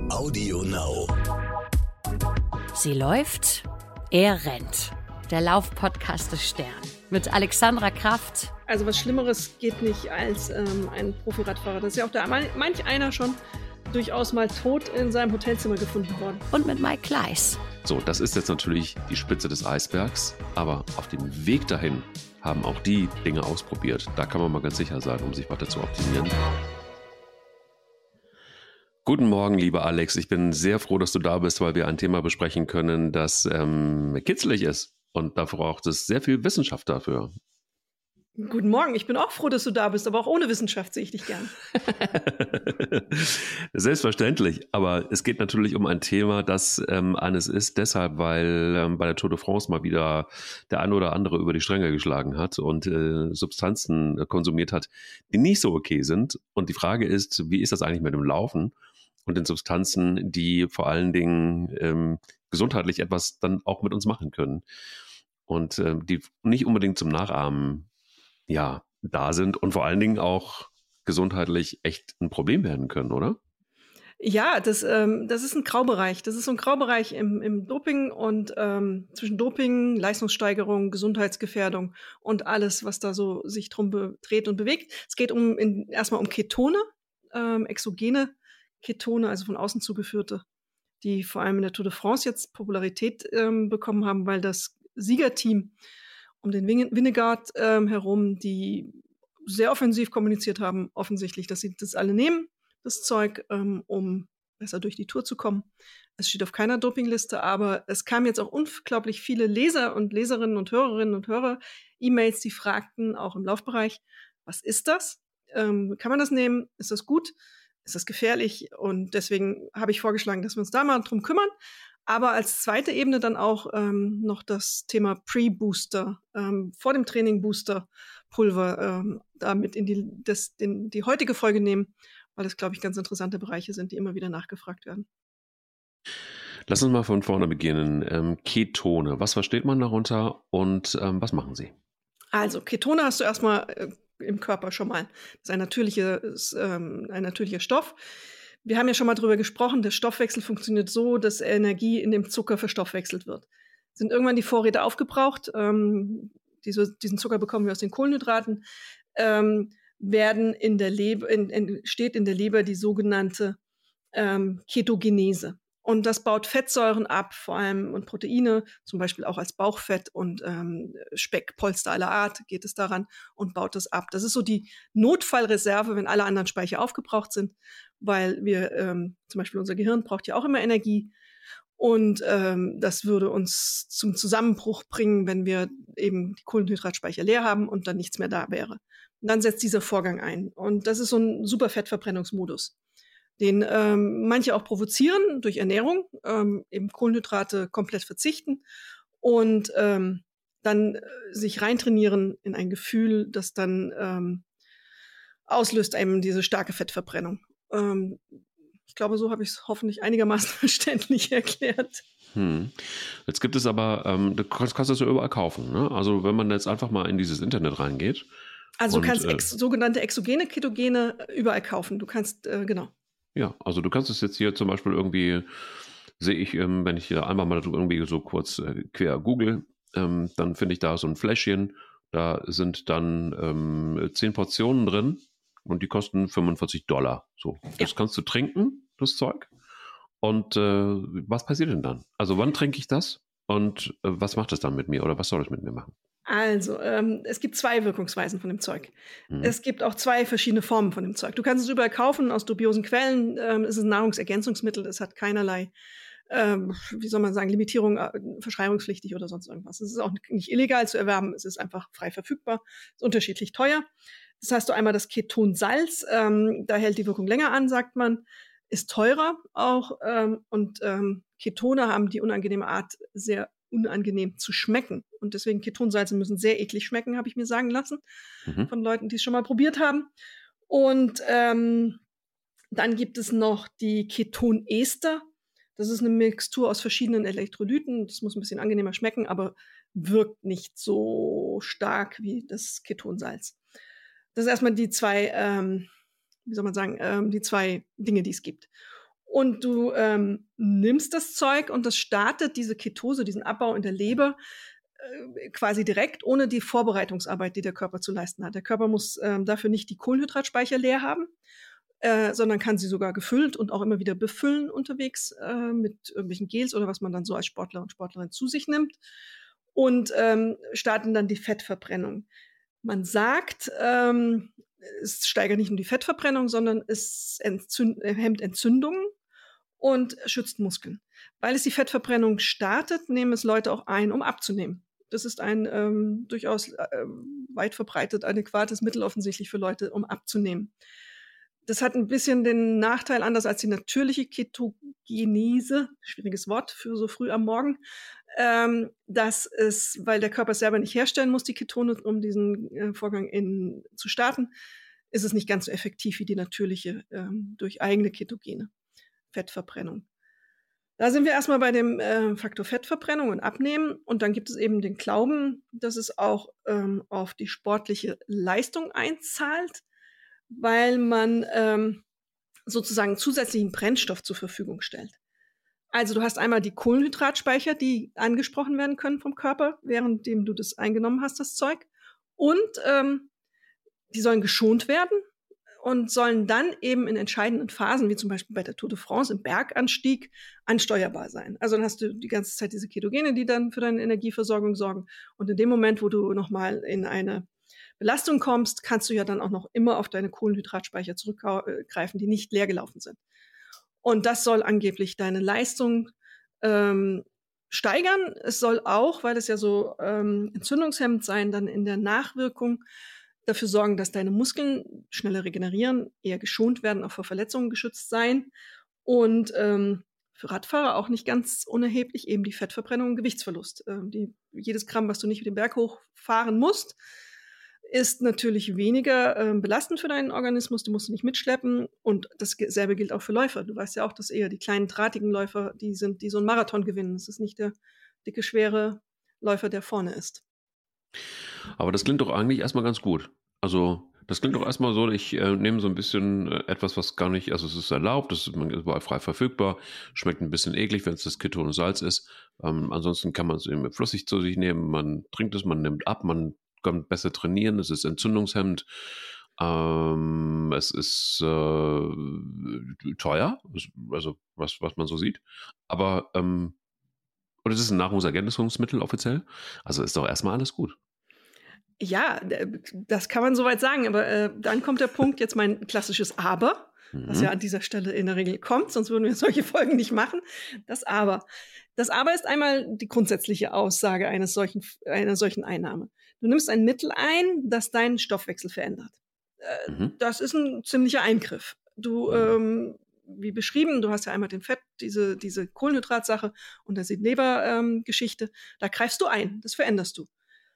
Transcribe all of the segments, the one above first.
Audio Now. Sie läuft, er rennt. Der Lauf-Podcast des Stern mit Alexandra Kraft. Also was Schlimmeres geht nicht als ein Profiradfahrer. Das ist ja auch da manch einer schon durchaus mal tot in seinem Hotelzimmer gefunden worden. Und mit Mike Kleiss. So, das ist jetzt natürlich die Spitze des Eisbergs, aber auf dem Weg dahin haben auch die Dinge ausprobiert. Da kann man mal ganz sicher sagen, um sich weiter zu optimieren. Guten Morgen, lieber Alex. Ich bin sehr froh, dass du da bist, weil wir ein Thema besprechen können, das kitzelig ist. Und dafür braucht es sehr viel Wissenschaft dafür. Guten Morgen, ich bin auch froh, dass du da bist, aber auch ohne Wissenschaft sehe ich dich gern. Selbstverständlich, aber es geht natürlich um ein Thema, das eines ist deshalb, weil bei der Tour de France mal wieder der eine oder andere über die Stränge geschlagen hat und Substanzen konsumiert hat, die nicht so okay sind. Und die Frage ist, wie ist das eigentlich mit dem Laufen und den Substanzen, die vor allen Dingen gesundheitlich etwas dann auch mit uns machen können und die nicht unbedingt zum Nachahmen da sind und vor allen Dingen auch gesundheitlich echt ein Problem werden können, oder? Ja, das ist ein Graubereich. Das ist so ein Graubereich im Doping und zwischen Doping, Leistungssteigerung, Gesundheitsgefährdung und alles, was da so sich drum dreht und bewegt. Es geht erstmal um Ketone, exogene Ketone, also von außen zugeführte, die vor allem in der Tour de France jetzt Popularität bekommen haben, weil das Siegerteam um den Vingegaard herum, die sehr offensiv kommuniziert haben, offensichtlich, dass sie das alle nehmen, das Zeug, um besser durch die Tour zu kommen. Es steht auf keiner Dopingliste, aber es kamen jetzt auch unglaublich viele Leser und Leserinnen und Hörerinnen und Hörer E-Mails, die fragten, auch im Laufbereich, was ist das? Kann man das nehmen? Ist das gut? Ist das gefährlich? Und deswegen habe ich vorgeschlagen, dass wir uns da mal drum kümmern. Aber als zweite Ebene dann auch noch das Thema Pre-Booster, vor dem Training Booster-Pulver damit in die heutige Folge nehmen, weil das, glaube ich, ganz interessante Bereiche sind, die immer wieder nachgefragt werden. Lass uns mal von vorne beginnen. Ketone, was versteht man darunter und was machen sie? Also Ketone hast du erstmal im Körper schon mal. Das ist ein natürlicher Stoff. Wir haben ja schon mal drüber gesprochen, der Stoffwechsel funktioniert so, dass Energie in dem Zucker verstoffwechselt wird. Sind irgendwann die Vorräte aufgebraucht, diesen Zucker bekommen wir aus den Kohlenhydraten, werden in der Leber, entsteht in der Leber die sogenannte Ketogenese. Und das baut Fettsäuren ab, vor allem und Proteine, zum Beispiel auch als Bauchfett und Speckpolster aller Art geht es daran und baut das ab. Das ist so die Notfallreserve, wenn alle anderen Speicher aufgebraucht sind, weil wir, zum Beispiel unser Gehirn braucht ja auch immer Energie. Und das würde uns zum Zusammenbruch bringen, wenn wir eben die Kohlenhydratspeicher leer haben und dann nichts mehr da wäre. Und dann setzt dieser Vorgang ein. Und das ist so ein super Fettverbrennungsmodus, den manche auch provozieren durch Ernährung, eben Kohlenhydrate komplett verzichten und dann sich reintrainieren in ein Gefühl, das dann auslöst eben diese starke Fettverbrennung. Ich glaube, so habe ich es hoffentlich einigermaßen verständlich erklärt. Jetzt gibt es aber, du kannst das ja überall kaufen, ne? Also wenn man jetzt einfach mal in dieses Internet reingeht. Also du kannst sogenannte exogene Ketogene überall kaufen. Du kannst, genau. Ja, also du kannst es jetzt hier zum Beispiel irgendwie, sehe ich, wenn ich hier einmal mal irgendwie so kurz quer google, dann finde ich da so ein Fläschchen, da sind dann 10 Portionen drin und die kosten $45. So, das kannst du trinken, das Zeug. Und was passiert denn dann? Also wann trinke ich das und was macht es dann mit mir oder was soll es mit mir machen? Also, es gibt 2 Wirkungsweisen von dem Zeug. Es gibt auch 2 verschiedene Formen von dem Zeug. Du kannst es überall kaufen, aus dubiosen Quellen. Es ist ein Nahrungsergänzungsmittel, es hat keinerlei, wie soll man sagen, Limitierung, verschreibungspflichtig oder sonst irgendwas. Es ist auch nicht illegal zu erwerben, es ist einfach frei verfügbar, ist unterschiedlich teuer. Das heißt, du einmal das Ketonsalz, da hält die Wirkung länger an, sagt man, ist teurer auch. Und Ketone haben die unangenehme Art, sehr unangenehm zu schmecken. Und deswegen Ketonsalze müssen sehr eklig schmecken, habe ich mir sagen lassen, von Leuten, die es schon mal probiert haben. Und dann gibt es noch die Ketonester. Das ist eine Mixtur aus verschiedenen Elektrolyten. Das muss ein bisschen angenehmer schmecken, aber wirkt nicht so stark wie das Ketonsalz. Das ist erstmal die 2, die 2 Dinge, die es gibt. Und du nimmst das Zeug und das startet diese Ketose, diesen Abbau in der Leber quasi direkt, ohne die Vorbereitungsarbeit, die der Körper zu leisten hat. Der Körper muss dafür nicht die Kohlenhydratspeicher leer haben, sondern kann sie sogar gefüllt und auch immer wieder befüllen unterwegs mit irgendwelchen Gels oder was man dann so als Sportler und Sportlerin zu sich nimmt und starten dann die Fettverbrennung. Man sagt, es steigert nicht nur die Fettverbrennung, sondern es hemmt Entzündungen und schützt Muskeln. Weil es die Fettverbrennung startet, nehmen es Leute auch ein, um abzunehmen. Das ist ein durchaus weit verbreitet adäquates Mittel offensichtlich für Leute, um abzunehmen. Das hat ein bisschen den Nachteil, anders als die natürliche Ketogenese, schwieriges Wort für so früh am Morgen, dass es, weil der Körper es selber nicht herstellen muss, die Ketone, um diesen Vorgang zu starten, ist es nicht ganz so effektiv wie die natürliche durch eigene Ketogene Fettverbrennung. Da sind wir erstmal bei dem Faktor Fettverbrennung und Abnehmen. Und dann gibt es eben den Glauben, dass es auch auf die sportliche Leistung einzahlt, weil man sozusagen zusätzlichen Brennstoff zur Verfügung stellt. Also du hast einmal die Kohlenhydratspeicher, die angesprochen werden können vom Körper, währenddem du das eingenommen hast, das Zeug. Und die sollen geschont werden und sollen dann eben in entscheidenden Phasen, wie zum Beispiel bei der Tour de France im Berganstieg, ansteuerbar sein. Also dann hast du die ganze Zeit diese Ketogene, die dann für deine Energieversorgung sorgen. Und in dem Moment, wo du nochmal in eine Belastung kommst, kannst du ja dann auch noch immer auf deine Kohlenhydratspeicher zurückgreifen, die nicht leer gelaufen sind. Und das soll angeblich deine Leistung steigern. Es soll auch, weil es ja so entzündungshemmend sein, dann in der Nachwirkung dafür sorgen, dass deine Muskeln schneller regenerieren, eher geschont werden, auch vor Verletzungen geschützt sein. Und für Radfahrer auch nicht ganz unerheblich eben die Fettverbrennung und Gewichtsverlust. Jedes Gramm, was du nicht den Berg hochfahren musst, ist natürlich weniger belastend für deinen Organismus. Du musst ihn nicht mitschleppen. Und dasselbe gilt auch für Läufer. Du weißt ja auch, dass eher die kleinen, drahtigen Läufer, die so einen Marathon gewinnen. Das ist nicht der dicke, schwere Läufer, der vorne ist. Aber das klingt doch eigentlich erstmal ganz gut. Also das klingt doch erstmal so, ich nehme so ein bisschen etwas, was gar nicht, also es ist erlaubt, es ist überall frei verfügbar, schmeckt ein bisschen eklig, wenn es das Keton und Salz ist. Ansonsten kann man es eben flüssig zu sich nehmen, man trinkt es, man nimmt ab, man kann besser trainieren, es ist entzündungshemmend, es ist teuer, also was man so sieht, aber und es ist ein Nahrungsergänzungsmittel offiziell, also ist doch erstmal alles gut. Ja, das kann man soweit sagen, aber dann kommt der Punkt, jetzt mein klassisches Aber, was ja an dieser Stelle in der Regel kommt, sonst würden wir solche Folgen nicht machen. Das Aber. Das Aber ist einmal die grundsätzliche Aussage einer solchen Einnahme. Du nimmst ein Mittel ein, das deinen Stoffwechsel verändert. Das ist ein ziemlicher Eingriff. Du, wie beschrieben, du hast ja einmal den Fett, diese Kohlenhydratsache und die Lebergeschichte. Da greifst du ein, das veränderst du.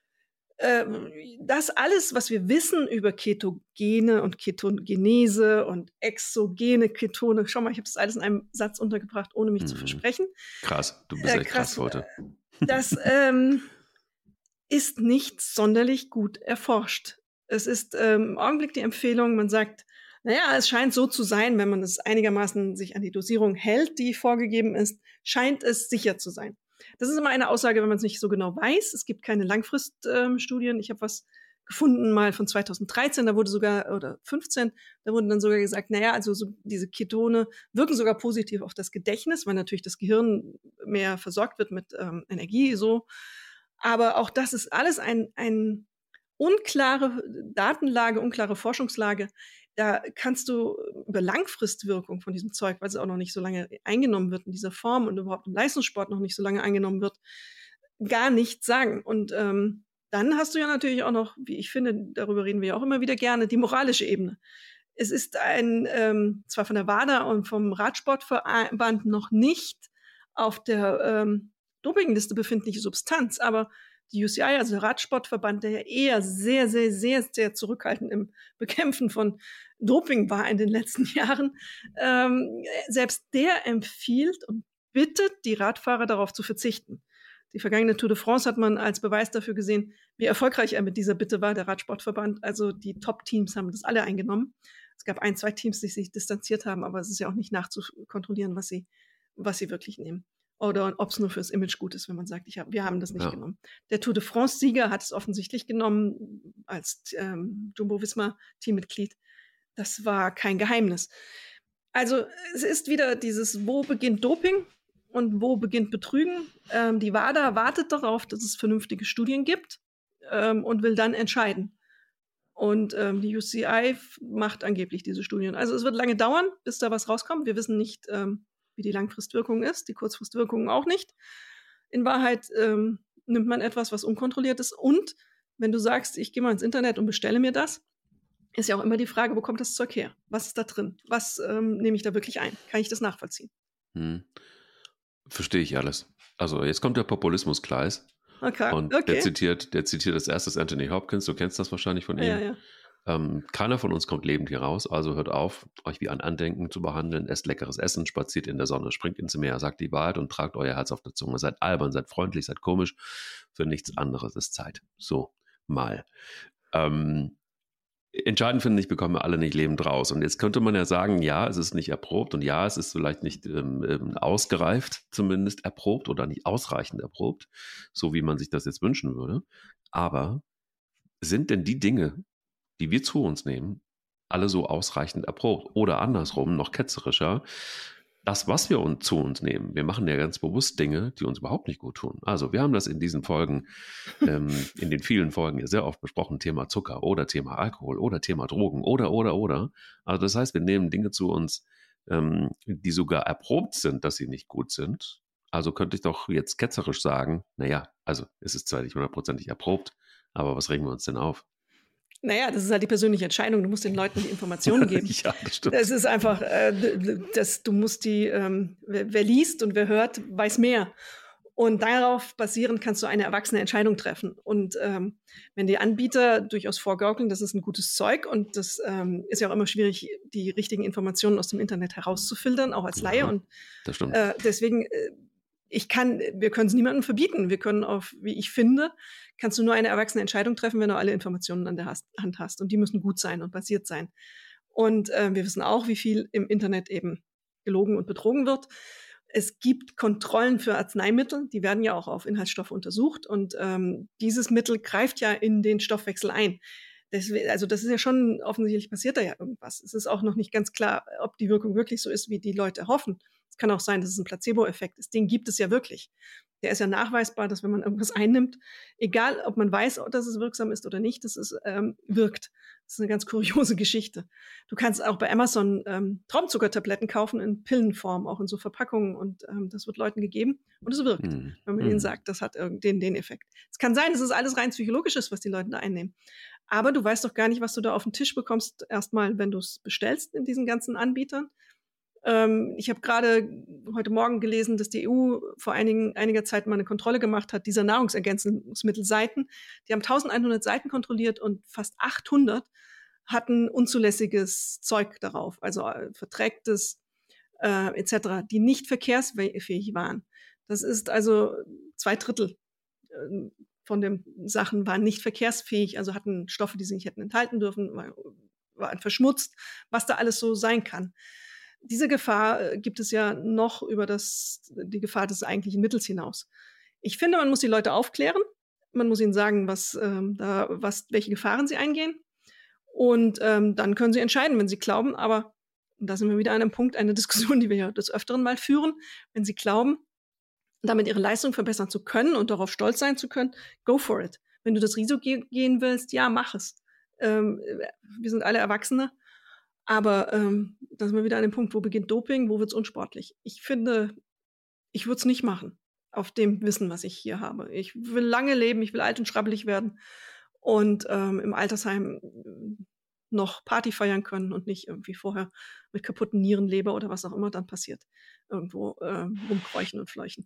Das alles, was wir wissen über Ketogene und Ketogenese und exogene Ketone, schau mal, ich habe das alles in einem Satz untergebracht, ohne mich zu versprechen. Krass, du bist echt krass heute. Das ist nicht sonderlich gut erforscht. Es ist im Augenblick die Empfehlung, man sagt, naja, es scheint so zu sein, wenn man es einigermaßen sich an die Dosierung hält, die vorgegeben ist, scheint es sicher zu sein. Das ist immer eine Aussage, wenn man es nicht so genau weiß. Es gibt keine Langfriststudien. Ich habe was gefunden mal von 2013, da wurde sogar, oder 15, da wurde dann sogar gesagt, naja, also so diese Ketone wirken sogar positiv auf das Gedächtnis, weil natürlich das Gehirn mehr versorgt wird mit Energie, so. Aber auch das ist alles eine unklare Datenlage, unklare Forschungslage. Da kannst du über Langfristwirkung von diesem Zeug, weil es auch noch nicht so lange eingenommen wird in dieser Form und überhaupt im Leistungssport noch nicht so lange eingenommen wird, gar nichts sagen. Und dann hast du ja natürlich auch noch, wie ich finde, darüber reden wir ja auch immer wieder gerne, die moralische Ebene. Es ist zwar von der WADA und vom Radsportverband noch nicht auf der Dopingliste befindliche Substanz, aber die UCI, also der Radsportverband, der ja eher sehr, sehr, sehr, sehr zurückhaltend im Bekämpfen von Doping war in den letzten Jahren, selbst der empfiehlt und bittet die Radfahrer darauf zu verzichten. Die vergangene Tour de France hat man als Beweis dafür gesehen, wie erfolgreich er mit dieser Bitte war, der Radsportverband. Also die Top-Teams haben das alle eingenommen. Es gab 1, 2 Teams, die sich distanziert haben, aber es ist ja auch nicht nachzukontrollieren, was sie wirklich nehmen. Oder ob es nur fürs Image gut ist, wenn man sagt, wir haben das nicht genommen. Der Tour de France-Sieger hat es offensichtlich genommen als Jumbo-Visma-Teammitglied. Das war kein Geheimnis. Also es ist wieder dieses, wo beginnt Doping und wo beginnt Betrügen. Die WADA wartet darauf, dass es vernünftige Studien gibt und will dann entscheiden. Und die UCI macht angeblich diese Studien. Also es wird lange dauern, bis da was rauskommt. Wir wissen nicht, wie die Langfristwirkung ist, die Kurzfristwirkung auch nicht. In Wahrheit nimmt man etwas, was unkontrolliert ist. Und wenn du sagst, ich gehe mal ins Internet und bestelle mir das, ist ja auch immer die Frage, wo kommt das Zeug her? Was ist da drin? Was nehme ich da wirklich ein? Kann ich das nachvollziehen? Verstehe ich alles. Also jetzt kommt der Populismus-Gleis. Okay. Und der zitiert als erstes Anthony Hopkins, du kennst das wahrscheinlich von ihm. Ja. Keiner von uns kommt lebend hier raus, also hört auf, euch wie ein Andenken zu behandeln, esst leckeres Essen, spaziert in der Sonne, springt ins Meer, sagt die Wahrheit und tragt euer Herz auf der Zunge. Seid albern, seid freundlich, seid komisch, für nichts anderes ist Zeit. So, mal. Entscheidend finde ich, bekommen wir alle nicht lebend raus. Und jetzt könnte man ja sagen, ja, es ist nicht erprobt und ja, es ist vielleicht nicht ausgereift, zumindest erprobt oder nicht ausreichend erprobt, so wie man sich das jetzt wünschen würde. Aber sind denn die Dinge, die wir zu uns nehmen, alle so ausreichend erprobt? Oder andersrum, noch ketzerischer, das, was wir zu uns nehmen, wir machen ja ganz bewusst Dinge, die uns überhaupt nicht gut tun. Also wir haben das in diesen Folgen, in den vielen Folgen ja sehr oft besprochen, Thema Zucker oder Thema Alkohol oder Thema Drogen oder. Also das heißt, wir nehmen Dinge zu uns, die sogar erprobt sind, dass sie nicht gut sind. Also könnte ich doch jetzt ketzerisch sagen, naja, also es ist zwar nicht 100% erprobt, aber was regen wir uns denn auf? Naja, das ist halt die persönliche Entscheidung. Du musst den Leuten die Informationen geben. Ja, das stimmt. Es ist einfach, du musst wer liest und wer hört, weiß mehr. Und darauf basierend kannst du eine erwachsene Entscheidung treffen. Und wenn die Anbieter durchaus vorgaukeln, das ist ein gutes Zeug und das ist ja auch immer schwierig, die richtigen Informationen aus dem Internet herauszufiltern, auch als Laie. Und das stimmt. Deswegen, wir können es niemandem verbieten. Wir können wie ich finde, kannst du nur eine erwachsene Entscheidung treffen, wenn du alle Informationen an der Hand hast. Und die müssen gut sein und basiert sein. Und wir wissen auch, wie viel im Internet eben gelogen und betrogen wird. Es gibt Kontrollen für Arzneimittel, die werden ja auch auf Inhaltsstoffe untersucht. Und dieses Mittel greift ja in den Stoffwechsel ein. Also das ist ja schon, offensichtlich passiert da ja irgendwas. Es ist auch noch nicht ganz klar, ob die Wirkung wirklich so ist, wie die Leute hoffen. Es kann auch sein, dass es ein Placebo-Effekt ist. Den gibt es ja wirklich. Der ist ja nachweisbar, dass wenn man irgendwas einnimmt, egal ob man weiß, dass es wirksam ist oder nicht, dass es wirkt. Das ist eine ganz kuriose Geschichte. Du kannst auch bei Amazon Traubenzuckertabletten kaufen in Pillenform, auch in so Verpackungen und das wird Leuten gegeben und es wirkt, wenn man ihnen sagt, das hat den Effekt. Es kann sein, dass es alles rein psychologisch ist, was die Leute da einnehmen. Aber du weißt doch gar nicht, was du da auf den Tisch bekommst, erstmal, wenn du es bestellst in diesen ganzen Anbietern. Ich habe gerade heute Morgen gelesen, dass die EU vor einiger Zeit mal eine Kontrolle gemacht hat, dieser Nahrungsergänzungsmittelseiten. Die haben 1100 Seiten kontrolliert und fast 800 hatten unzulässiges Zeug darauf, also verträgtes etc., die nicht verkehrsfähig waren. Das ist also 2/3 von den Sachen waren nicht verkehrsfähig, also hatten Stoffe, die sie nicht hätten enthalten dürfen, waren verschmutzt, was da alles so sein kann. Diese Gefahr gibt es ja noch über die Gefahr des eigentlichen Mittels hinaus. Ich finde, man muss die Leute aufklären. Man muss ihnen sagen, welche Gefahren sie eingehen. Und dann können sie entscheiden, wenn sie glauben. Aber da sind wir wieder an einem Punkt, eine Diskussion, die wir ja des Öfteren mal führen. Wenn sie glauben, damit ihre Leistung verbessern zu können und darauf stolz sein zu können, go for it. Wenn du das Risiko gehen willst, ja, mach es. Wir sind alle Erwachsene. Aber da sind wir wieder an dem Punkt, wo beginnt Doping, wo wird es unsportlich. Ich finde, ich würde es nicht machen, auf dem Wissen, was ich hier habe. Ich will lange leben, ich will alt und schrabbelig werden und im Altersheim noch Party feiern können und nicht irgendwie vorher mit kaputten Nieren, Leber oder was auch immer dann passiert, irgendwo rumkräuchen und fleuchen.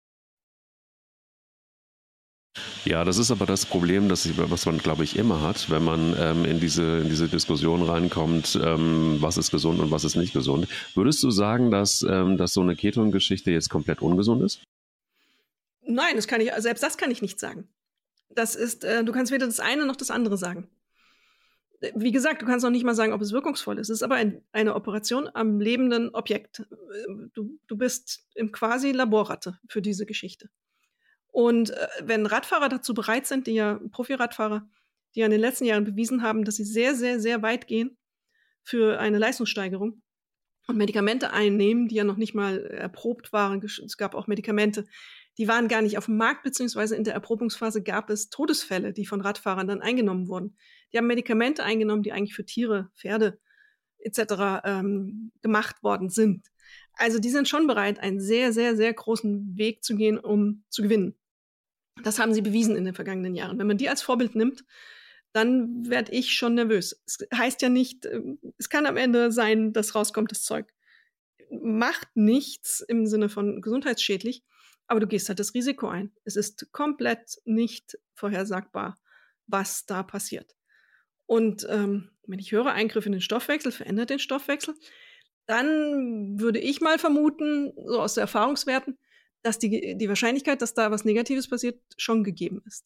Ja, das ist aber das Problem, was man, glaube ich, immer hat, wenn man in diese Diskussion reinkommt, was ist gesund und was ist nicht gesund. Würdest du sagen, dass so eine Keton-Geschichte jetzt komplett ungesund ist? Nein, selbst das kann ich nicht sagen. Das ist, du kannst weder das eine noch das andere sagen. Wie gesagt, du kannst noch nicht mal sagen, ob es wirkungsvoll ist. Es ist aber eine Operation am lebenden Objekt. Du bist quasi Laborratte für diese Geschichte. Und wenn Radfahrer dazu bereit sind, Profi-Radfahrer, die ja in den letzten Jahren bewiesen haben, dass sie sehr, sehr, sehr weit gehen für eine Leistungssteigerung und Medikamente einnehmen, die ja noch nicht mal erprobt waren. Es gab auch Medikamente, die waren gar nicht auf dem Markt, beziehungsweise in der Erprobungsphase gab es Todesfälle, die von Radfahrern dann eingenommen wurden. Die haben Medikamente eingenommen, die eigentlich für Tiere, Pferde etc. Gemacht worden sind. Also die sind schon bereit, einen sehr, sehr, sehr großen Weg zu gehen, um zu gewinnen. Das haben sie bewiesen in den vergangenen Jahren. Wenn man die als Vorbild nimmt, dann werde ich schon nervös. Es heißt ja nicht, es kann am Ende sein, dass rauskommt, das Zeug macht nichts im Sinne von gesundheitsschädlich, aber du gehst halt das Risiko ein. Es ist komplett nicht vorhersagbar, was da passiert. Und wenn ich höre, Eingriff in den Stoffwechsel, verändert den Stoffwechsel, dann würde ich mal vermuten, so aus den Erfahrungswerten, dass die Wahrscheinlichkeit, dass da was Negatives passiert, schon gegeben ist.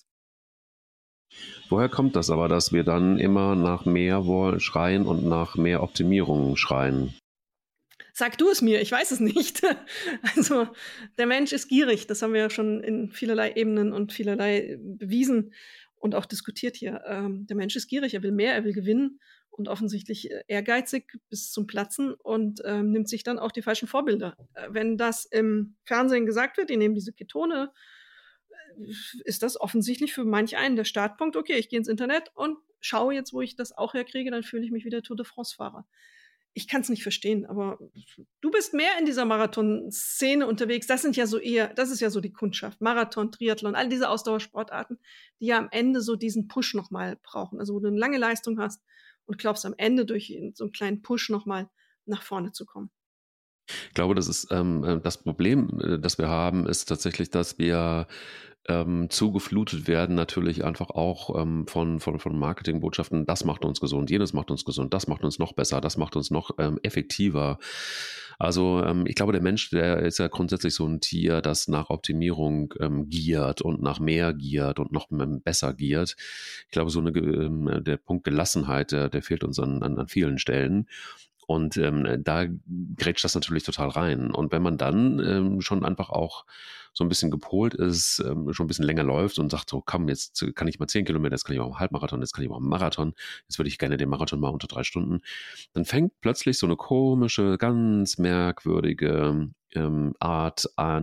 Woher kommt das aber, dass wir dann immer nach mehr schreien und nach mehr Optimierung schreien? Sag du es mir, ich weiß es nicht. Also der Mensch ist gierig, das haben wir ja schon in vielerlei Ebenen und vielerlei bewiesen und auch diskutiert hier. Der Mensch ist gierig, er will mehr, er will gewinnen und offensichtlich ehrgeizig bis zum Platzen und nimmt sich dann auch die falschen Vorbilder. Wenn das im Fernsehen gesagt wird, die nehmen diese Ketone, ist das offensichtlich für manch einen der Startpunkt, okay, ich gehe ins Internet und schaue jetzt, wo ich das auch herkriege, dann fühle ich mich wie der Tour de France-Fahrer. Ich kann es nicht verstehen, aber du bist mehr in dieser Marathon-Szene unterwegs. Das ist ja so die Kundschaft. Marathon, Triathlon, all diese Ausdauersportarten, die ja am Ende so diesen Push nochmal brauchen. Also wo du eine lange Leistung hast und glaubst am Ende durch so einen kleinen Push nochmal nach vorne zu kommen. Ich glaube, das ist das Problem, das wir haben, ist tatsächlich, dass wir zugeflutet werden, natürlich einfach auch von Marketingbotschaften. Das macht uns gesund, jenes macht uns gesund, das macht uns noch besser, das macht uns noch effektiver. Also ich glaube, der Mensch, der ist ja grundsätzlich so ein Tier, das nach Optimierung giert und nach mehr giert und noch besser giert. Ich glaube, der Punkt Gelassenheit, der fehlt uns an vielen Stellen. Und da grätscht das natürlich total rein. Und wenn man dann schon einfach auch so ein bisschen gepolt ist, schon ein bisschen länger läuft und sagt so, komm, jetzt kann ich mal 10 Kilometer, jetzt kann ich auch einen Halbmarathon, jetzt kann ich auch einen Marathon, jetzt würde ich gerne den Marathon mal unter 3 Stunden, dann fängt plötzlich so eine komische, ganz merkwürdige Art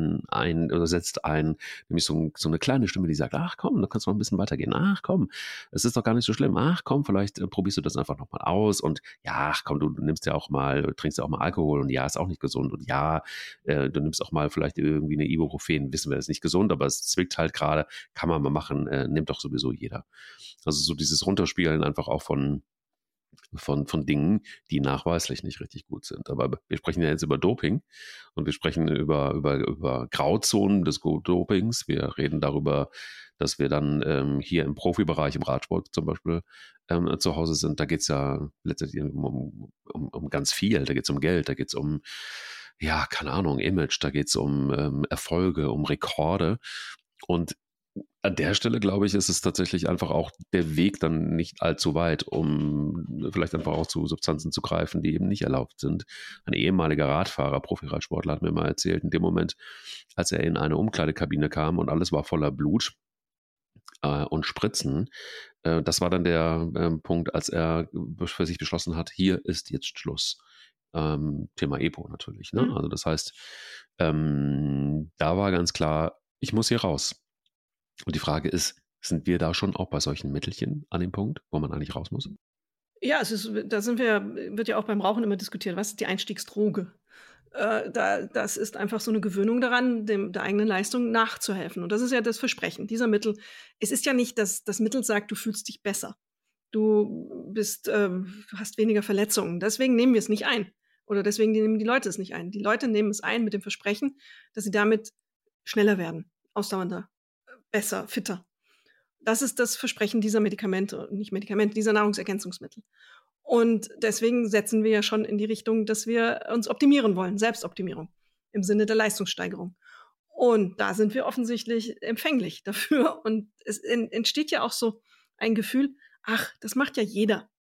setzt ein, nämlich so eine kleine Stimme, die sagt, ach komm, da kannst du noch ein bisschen weitergehen, ach komm, es ist doch gar nicht so schlimm, ach komm, vielleicht probierst du das einfach nochmal aus und ja, ach komm, du trinkst ja auch mal Alkohol und ja, ist auch nicht gesund und ja, du nimmst auch mal vielleicht irgendwie eine Ibuprofen, wissen wir, ist nicht gesund, aber es zwickt halt gerade, kann man mal machen, nimmt doch sowieso jeder. Also so dieses Runterspielen einfach auch von Dingen, die nachweislich nicht richtig gut sind. Aber wir sprechen ja jetzt über Doping und wir sprechen über Grauzonen des Dopings. Wir reden darüber, dass wir dann hier im Profibereich, im Radsport zum Beispiel, zu Hause sind. Da geht es ja letztendlich um ganz viel. Da geht es um Geld, da geht es um, ja, keine Ahnung, Image, da geht es um Erfolge, um Rekorde. Und an der Stelle, glaube ich, ist es tatsächlich einfach auch der Weg dann nicht allzu weit, um vielleicht einfach auch zu Substanzen zu greifen, die eben nicht erlaubt sind. Ein ehemaliger Radfahrer, Profiradsportler, hat mir mal erzählt, in dem Moment, als er in eine Umkleidekabine kam und alles war voller Blut und Spritzen, das war dann der Punkt, als er für sich beschlossen hat, hier ist jetzt Schluss. Thema EPO natürlich. Ne? Also das heißt, da war ganz klar, ich muss hier raus. Und die Frage ist, sind wir da schon auch bei solchen Mittelchen an dem Punkt, wo man eigentlich raus muss? Ja, wird ja auch beim Rauchen immer diskutiert, was ist die Einstiegsdroge? Das ist einfach so eine Gewöhnung daran, der eigenen Leistung nachzuhelfen. Und das ist ja das Versprechen dieser Mittel. Es ist ja nicht, dass das Mittel sagt, du fühlst dich besser. Du hast weniger Verletzungen. Deswegen nehmen wir es nicht ein. Oder deswegen nehmen die Leute es nicht ein. Die Leute nehmen es ein mit dem Versprechen, dass sie damit schneller werden, ausdauernder, besser, fitter. Das ist das Versprechen dieser dieser Nahrungsergänzungsmittel. Und deswegen setzen wir ja schon in die Richtung, dass wir uns optimieren wollen, Selbstoptimierung im Sinne der Leistungssteigerung. Und da sind wir offensichtlich empfänglich dafür. Und es entsteht ja auch so ein Gefühl, ach, das macht ja jeder.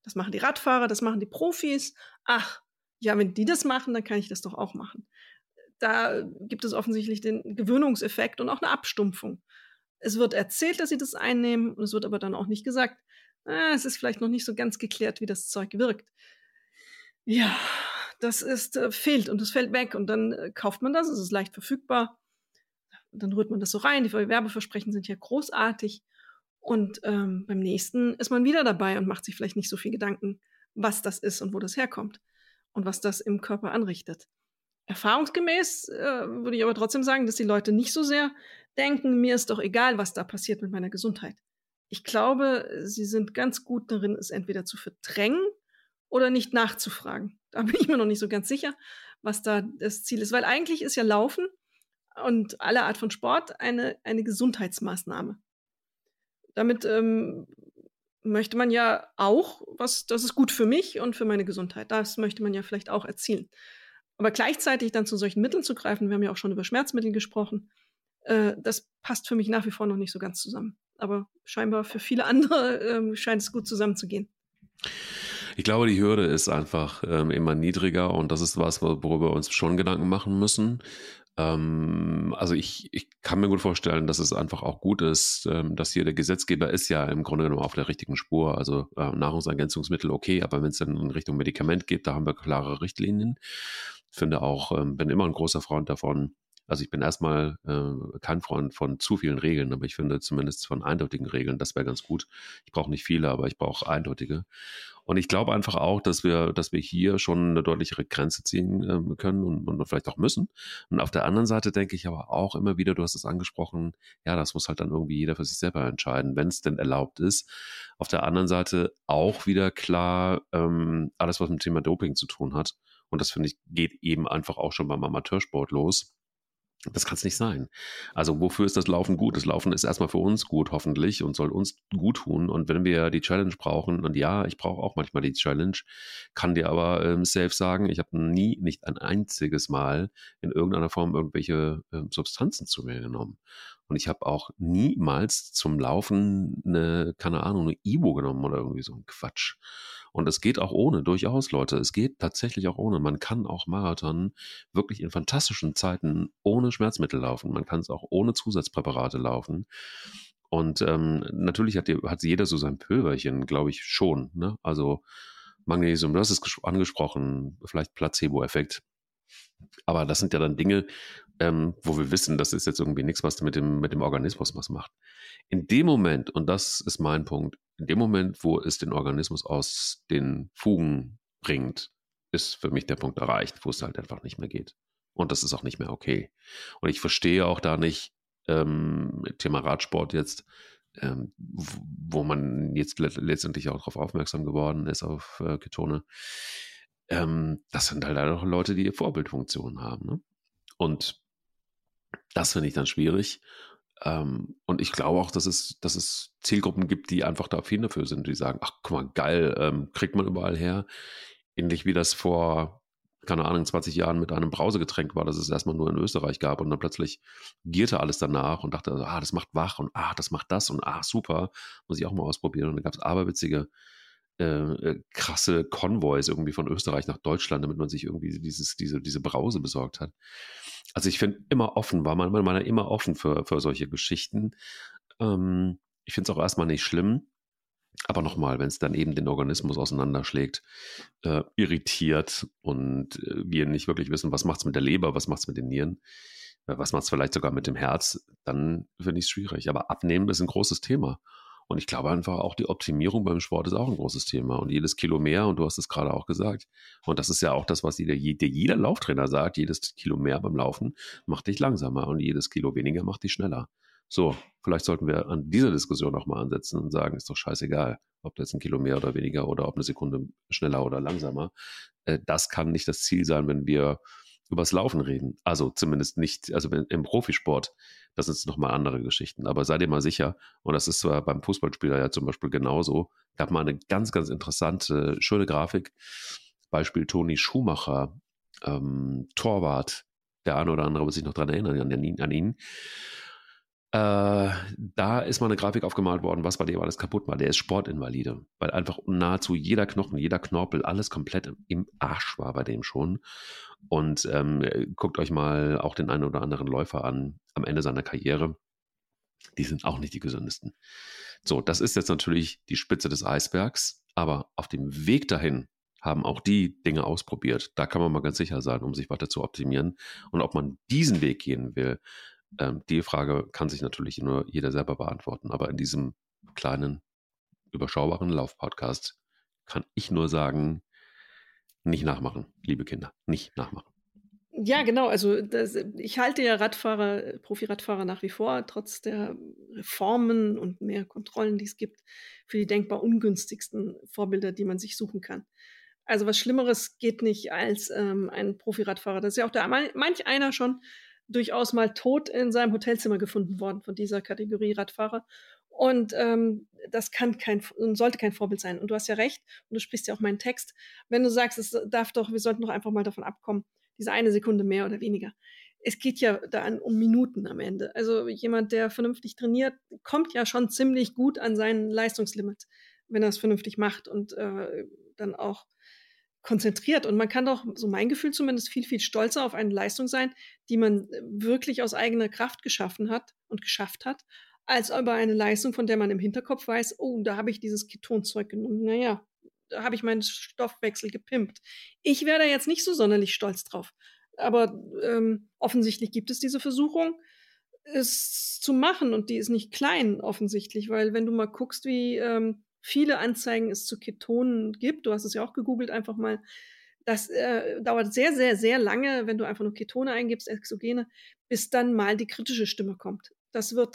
Das machen die Radfahrer, das machen die Profis. Ach, ja, wenn die das machen, dann kann ich das doch auch machen. Da gibt es offensichtlich den Gewöhnungseffekt und auch eine Abstumpfung. Es wird erzählt, dass sie das einnehmen, und es wird aber dann auch nicht gesagt, es ist vielleicht noch nicht so ganz geklärt, wie das Zeug wirkt. Ja, das fehlt und es fällt weg und dann kauft man das, es ist leicht verfügbar. Und dann rührt man das so rein, die Werbeversprechen sind ja großartig. Und beim nächsten ist man wieder dabei und macht sich vielleicht nicht so viel Gedanken, was das ist und wo das herkommt und was das im Körper anrichtet. Erfahrungsgemäß würde ich aber trotzdem sagen, dass die Leute nicht so sehr denken, mir ist doch egal, was da passiert mit meiner Gesundheit. Ich glaube, sie sind ganz gut darin, es entweder zu verdrängen oder nicht nachzufragen. Da bin ich mir noch nicht so ganz sicher, was da das Ziel ist. Weil eigentlich ist ja Laufen und alle Art von Sport eine Gesundheitsmaßnahme. Damit möchte man ja auch, das ist gut für mich und für meine Gesundheit. Das möchte man ja vielleicht auch erzielen. Aber gleichzeitig dann zu solchen Mitteln zu greifen, wir haben ja auch schon über Schmerzmittel gesprochen, das passt für mich nach wie vor noch nicht so ganz zusammen. Aber scheinbar für viele andere scheint es gut zusammenzugehen. Ich glaube, die Hürde ist einfach immer niedriger und das ist was, worüber wir uns schon Gedanken machen müssen. Also ich kann mir gut vorstellen, dass es einfach auch gut ist, dass hier der Gesetzgeber ist ja im Grunde genommen auf der richtigen Spur. Also Nahrungsergänzungsmittel okay, aber wenn es dann in Richtung Medikament geht, da haben wir klare Richtlinien. Ich finde auch, bin immer ein großer Freund davon. Also ich bin erstmal kein Freund von zu vielen Regeln, aber ich finde zumindest von eindeutigen Regeln, das wäre ganz gut. Ich brauche nicht viele, aber ich brauche eindeutige. Und ich glaube einfach auch, dass wir hier schon eine deutlichere Grenze ziehen können und vielleicht auch müssen. Und auf der anderen Seite denke ich aber auch immer wieder, du hast es angesprochen, ja, das muss halt dann irgendwie jeder für sich selber entscheiden, wenn es denn erlaubt ist. Auf der anderen Seite auch wieder klar, alles, was mit dem Thema Doping zu tun hat. Und das, finde ich, geht eben einfach auch schon beim Amateursport los. Das kann es nicht sein. Also wofür ist das Laufen gut? Das Laufen ist erstmal für uns gut, hoffentlich, und soll uns gut tun. Und wenn wir die Challenge brauchen, und ja, ich brauche auch manchmal die Challenge, kann dir aber safe sagen, ich habe nicht ein einziges Mal in irgendeiner Form irgendwelche Substanzen zu mir genommen. Und ich habe auch niemals zum Laufen keine Ahnung, eine Ibo genommen oder irgendwie so ein Quatsch. Und es geht auch ohne, durchaus, Leute. Es geht tatsächlich auch ohne. Man kann auch Marathon wirklich in fantastischen Zeiten ohne Schmerzmittel laufen. Man kann es auch ohne Zusatzpräparate laufen. Und natürlich hat jeder so sein Pülverchen, glaube ich, schon. Ne? Also Magnesium, du hast es angesprochen, vielleicht Placebo-Effekt. Aber das sind ja dann Dinge, wo wir wissen, das ist jetzt irgendwie nichts, was mit dem Organismus was macht. In dem Moment, und das ist mein Punkt, in dem Moment, wo es den Organismus aus den Fugen bringt, ist für mich der Punkt erreicht, wo es halt einfach nicht mehr geht. Und das ist auch nicht mehr okay. Und ich verstehe auch da nicht, Thema Radsport jetzt, wo man jetzt letztendlich auch darauf aufmerksam geworden ist, auf Ketone. Das sind halt auch Leute, die Vorbildfunktionen haben. Ne? Und das finde ich dann schwierig. Und ich glaube auch, dass es Zielgruppen gibt, die einfach da affin dafür sind, die sagen, ach, guck mal, geil, kriegt man überall her. Ähnlich wie das vor, keine Ahnung, 20 Jahren mit einem Brausegetränk war, das es erstmal nur in Österreich gab und dann plötzlich gierte alles danach und dachte, das macht wach und das macht das und super, muss ich auch mal ausprobieren. Und dann gab es aberwitzige krasse Konvois irgendwie von Österreich nach Deutschland, damit man sich irgendwie diese Brause besorgt hat. Also ich finde immer offen, war man immer offen für solche Geschichten. Ich finde es auch erstmal nicht schlimm, aber nochmal, wenn es dann eben den Organismus auseinanderschlägt, irritiert und wir nicht wirklich wissen, was macht es mit der Leber, was macht es mit den Nieren, was macht es vielleicht sogar mit dem Herz, dann finde ich es schwierig. Aber Abnehmen ist ein großes Thema. Und ich glaube einfach auch, die Optimierung beim Sport ist auch ein großes Thema. Und jedes Kilo mehr, und du hast es gerade auch gesagt, und das ist ja auch das, was jeder Lauftrainer sagt, jedes Kilo mehr beim Laufen macht dich langsamer und jedes Kilo weniger macht dich schneller. So, vielleicht sollten wir an dieser Diskussion auch mal ansetzen und sagen, ist doch scheißegal, ob du jetzt ein Kilo mehr oder weniger oder ob eine Sekunde schneller oder langsamer. Das kann nicht das Ziel sein, wenn wir übers Laufen reden. Also zumindest nicht, also im Profisport, das sind nochmal andere Geschichten. Aber sei dir mal sicher, und das ist zwar beim Fußballspieler ja zum Beispiel genauso, gab mal eine ganz, ganz interessante, schöne Grafik. Beispiel Toni Schumacher, Torwart, der eine oder andere wird sich noch dran erinnern, an ihn. Da ist mal eine Grafik aufgemalt worden, was bei dem alles kaputt war. Der ist Sportinvalide, weil einfach nahezu jeder Knochen, jeder Knorpel, alles komplett im Arsch war bei dem schon. Und guckt euch mal auch den einen oder anderen Läufer an am Ende seiner Karriere. Die sind auch nicht die gesündesten. So, das ist jetzt natürlich die Spitze des Eisbergs, aber auf dem Weg dahin haben auch die Dinge ausprobiert. Da kann man mal ganz sicher sein, um sich weiter zu optimieren. Und ob man diesen Weg gehen will, die Frage kann sich natürlich nur jeder selber beantworten. Aber in diesem kleinen, überschaubaren Lauf-Podcast kann ich nur sagen, nicht nachmachen, liebe Kinder, nicht nachmachen. Ja, genau. Also ich halte ja Profi-Radfahrer nach wie vor, trotz der Reformen und mehr Kontrollen, die es gibt, für die denkbar ungünstigsten Vorbilder, die man sich suchen kann. Also was Schlimmeres geht nicht als ein Profi-Radfahrer. Das ist ja auch manch einer schon durchaus mal tot in seinem Hotelzimmer gefunden worden von dieser Kategorie Radfahrer. Und das sollte kein Vorbild sein. Und du hast ja recht, und du sprichst ja auch meinen Text, wenn du sagst, wir sollten doch einfach mal davon abkommen, diese eine Sekunde mehr oder weniger. Es geht ja da um Minuten am Ende. Also jemand, der vernünftig trainiert, kommt ja schon ziemlich gut an sein Leistungslimit, wenn er es vernünftig macht und dann auch konzentriert. Und man kann doch, so mein Gefühl zumindest, viel, viel stolzer auf eine Leistung sein, die man wirklich aus eigener Kraft geschaffen hat und geschafft hat, als über eine Leistung, von der man im Hinterkopf weiß, oh, da habe ich dieses Ketonzeug genommen. Naja, da habe ich meinen Stoffwechsel gepimpt. Ich wäre da jetzt nicht so sonderlich stolz drauf. Aber offensichtlich gibt es diese Versuchung, es zu machen. Und die ist nicht klein, offensichtlich. Weil wenn du mal guckst, wie viele Anzeigen es zu Ketonen gibt, du hast es ja auch gegoogelt, einfach mal, das dauert sehr, sehr, sehr lange, wenn du einfach nur Ketone eingibst, Exogene, bis dann mal die kritische Stimme kommt. Das wird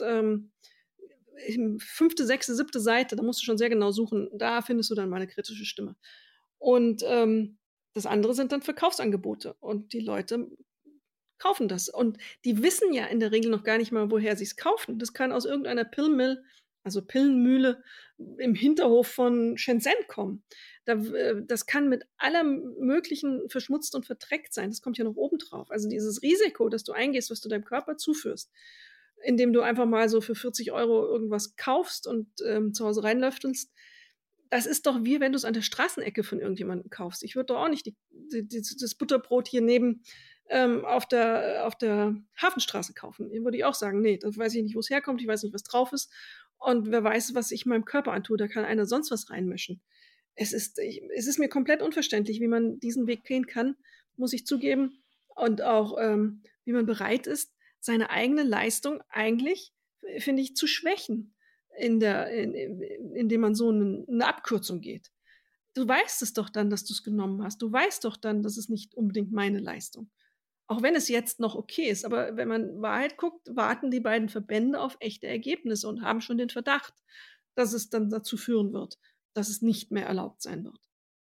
5., 6., 7. Seite, da musst du schon sehr genau suchen, da findest du dann mal eine kritische Stimme. Und das andere sind dann Verkaufsangebote und die Leute kaufen das. Und die wissen ja in der Regel noch gar nicht mal, woher sie es kaufen. Das kann aus irgendeiner Pillenmühle im Hinterhof von Shenzhen kommen. Das kann mit allem Möglichen verschmutzt und verdreckt sein. Das kommt ja noch oben drauf. Also dieses Risiko, das du eingehst, was du deinem Körper zuführst, indem du einfach mal so für 40 € irgendwas kaufst und zu Hause reinlöftelst, das ist doch wie wenn du es an der Straßenecke von irgendjemandem kaufst. Ich würde doch auch nicht das Butterbrot hier neben auf der Hafenstraße kaufen. Hier würde ich auch sagen, nee, da weiß ich nicht, wo es herkommt, ich weiß nicht, was drauf ist. Und wer weiß, was ich meinem Körper antue, da kann einer sonst was reinmischen. Es ist mir komplett unverständlich, wie man diesen Weg gehen kann, muss ich zugeben. Und auch, wie man bereit ist, seine eigene Leistung eigentlich, finde ich, zu schwächen, indem man so eine Abkürzung geht. Du weißt es doch dann, dass du es genommen hast. Du weißt doch dann, das ist nicht unbedingt meine Leistung. Auch wenn es jetzt noch okay ist. Aber wenn man Wahrheit guckt, warten die beiden Verbände auf echte Ergebnisse und haben schon den Verdacht, dass es dann dazu führen wird, dass es nicht mehr erlaubt sein wird.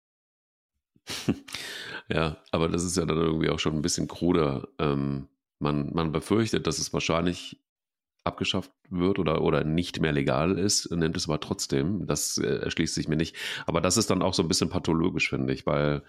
Ja, aber das ist ja dann irgendwie auch schon ein bisschen kruder. Man befürchtet, dass es wahrscheinlich abgeschafft wird oder nicht mehr legal ist, nennt es aber trotzdem. Das erschließt sich mir nicht. Aber das ist dann auch so ein bisschen pathologisch, finde ich, weil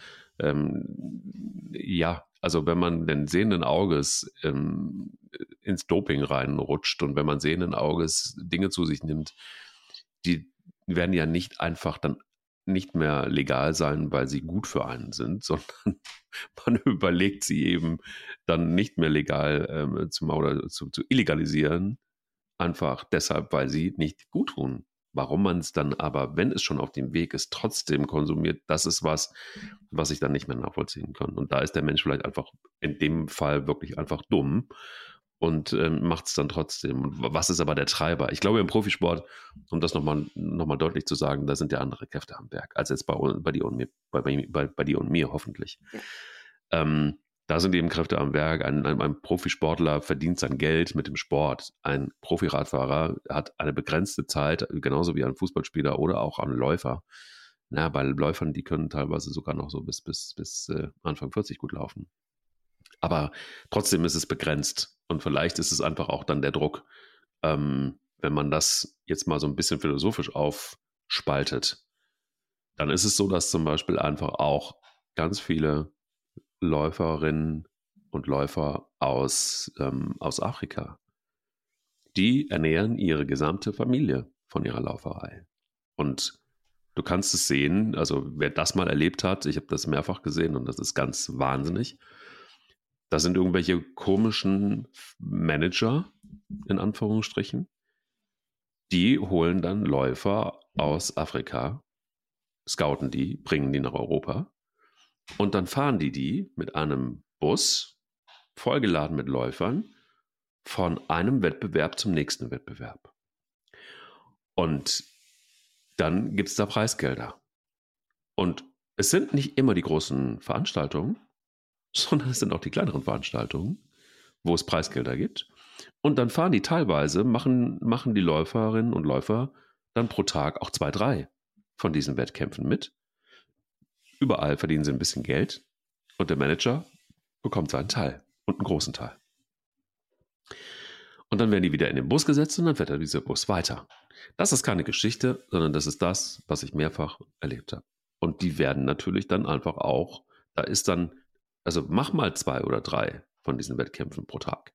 ja, also wenn man den sehenden Auges ins Doping reinrutscht und wenn man sehenden Auges Dinge zu sich nimmt, die werden ja nicht einfach dann nicht mehr legal sein, weil sie gut für einen sind, sondern man überlegt sie eben dann nicht mehr legal zu illegalisieren, einfach deshalb, weil sie nicht gut tun. Warum man es dann aber, wenn es schon auf dem Weg ist, trotzdem konsumiert, das ist was ich dann nicht mehr nachvollziehen kann. Und da ist der Mensch vielleicht einfach in dem Fall wirklich einfach dumm und macht es dann trotzdem. Und was ist aber der Treiber? Ich glaube, im Profisport, um das nochmal deutlich zu sagen, da sind ja andere Kräfte am Werk, als jetzt bei dir und mir hoffentlich. Ja. Da sind eben Kräfte am Werk. Ein Profisportler verdient sein Geld mit dem Sport. Ein Profiradfahrer hat eine begrenzte Zeit, genauso wie ein Fußballspieler oder auch ein Läufer. Bei Läufern, die können teilweise sogar noch so bis Anfang 40 gut laufen. Aber trotzdem ist es begrenzt. Und vielleicht ist es einfach auch dann der Druck, wenn man das jetzt mal so ein bisschen philosophisch aufspaltet, dann ist es so, dass zum Beispiel einfach auch ganz viele Läuferinnen und Läufer aus Afrika, die ernähren ihre gesamte Familie von ihrer Lauferei. Und du kannst es sehen, also wer das mal erlebt hat, ich habe das mehrfach gesehen und das ist ganz wahnsinnig. Da sind irgendwelche komischen Manager, in Anführungsstrichen, die holen dann Läufer aus Afrika, scouten die, bringen die nach Europa und dann fahren die mit einem Bus, vollgeladen mit Läufern, von einem Wettbewerb zum nächsten Wettbewerb. Und dann gibt es da Preisgelder. Und es sind nicht immer die großen Veranstaltungen, sondern es sind auch die kleineren Veranstaltungen, wo es Preisgelder gibt. Und dann fahren die teilweise, machen die Läuferinnen und Läufer dann pro Tag auch 2, 3 von diesen Wettkämpfen mit. Überall verdienen sie ein bisschen Geld und der Manager bekommt seinen Teil und einen großen Teil. Und dann werden die wieder in den Bus gesetzt und dann fährt dieser Bus weiter. Das ist keine Geschichte, sondern das ist das, was ich mehrfach erlebt habe. Und die werden natürlich dann einfach auch, da ist dann, also mach mal 2 oder 3 von diesen Wettkämpfen pro Tag.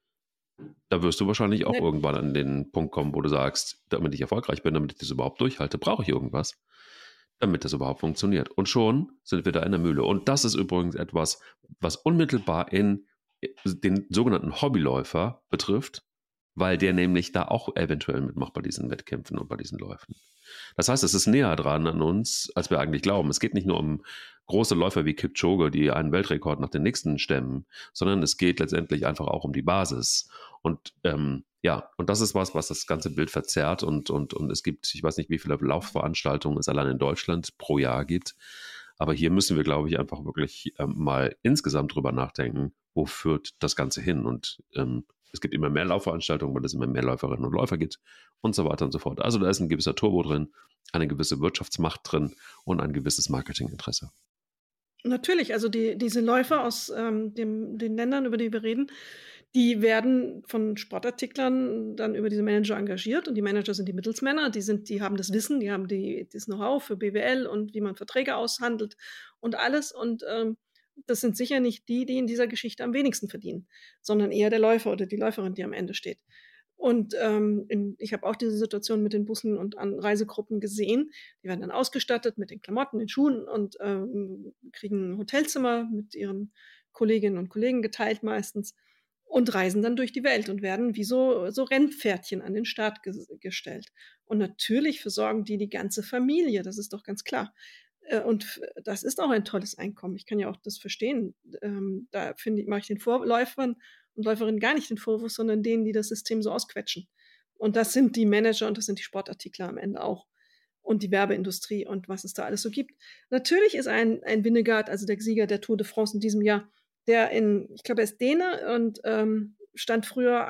Da wirst du wahrscheinlich auch irgendwann an den Punkt kommen, wo du sagst, damit ich erfolgreich bin, damit ich das überhaupt durchhalte, brauche ich irgendwas, damit das überhaupt funktioniert. Und schon sind wir da in der Mühle. Und das ist übrigens etwas, was unmittelbar in den sogenannten Hobbyläufer betrifft, weil der nämlich da auch eventuell mitmacht bei diesen Wettkämpfen und bei diesen Läufen. Das heißt, es ist näher dran an uns, als wir eigentlich glauben. Es geht nicht nur um große Läufer wie Kipchoge, die einen Weltrekord nach dem nächsten stemmen, sondern es geht letztendlich einfach auch um die Basis. Und und das ist was das ganze Bild verzerrt und es gibt, ich weiß nicht, wie viele Laufveranstaltungen es allein in Deutschland pro Jahr gibt, aber hier müssen wir, glaube ich, einfach wirklich mal insgesamt drüber nachdenken, wo führt das Ganze hin? Und es gibt immer mehr Laufveranstaltungen, weil es immer mehr Läuferinnen und Läufer gibt und so weiter und so fort. Also da ist ein gewisser Turbo drin, eine gewisse Wirtschaftsmacht drin und ein gewisses Marketinginteresse. Natürlich, also diese Läufer aus den Ländern, über die wir reden, die werden von Sportartiklern dann über diese Manager engagiert und die Manager sind die Mittelsmänner, die haben das Wissen, die haben das Know-how für BWL und wie man Verträge aushandelt und alles und das sind sicher nicht die in dieser Geschichte am wenigsten verdienen, sondern eher der Läufer oder die Läuferin, die am Ende steht. Und ich habe auch diese Situation mit den Bussen und an Reisegruppen gesehen. Die werden dann ausgestattet mit den Klamotten, den Schuhen und kriegen ein Hotelzimmer mit ihren Kolleginnen und Kollegen geteilt meistens und reisen dann durch die Welt und werden wie so Rennpferdchen an den Start gestellt. Und natürlich versorgen die ganze Familie, das ist doch ganz klar. Und das ist auch ein tolles Einkommen. Ich kann ja auch das verstehen. Da mache ich den Läufern und Läuferinnen gar nicht den Vorwurf, sondern denen, die das System so ausquetschen. Und das sind die Manager und das sind die Sportartikler am Ende auch. Und die Werbeindustrie und was es da alles so gibt. Natürlich ist ein Vingegaard, also der Sieger der Tour de France in diesem Jahr, ich glaube, er ist Däne und stand früher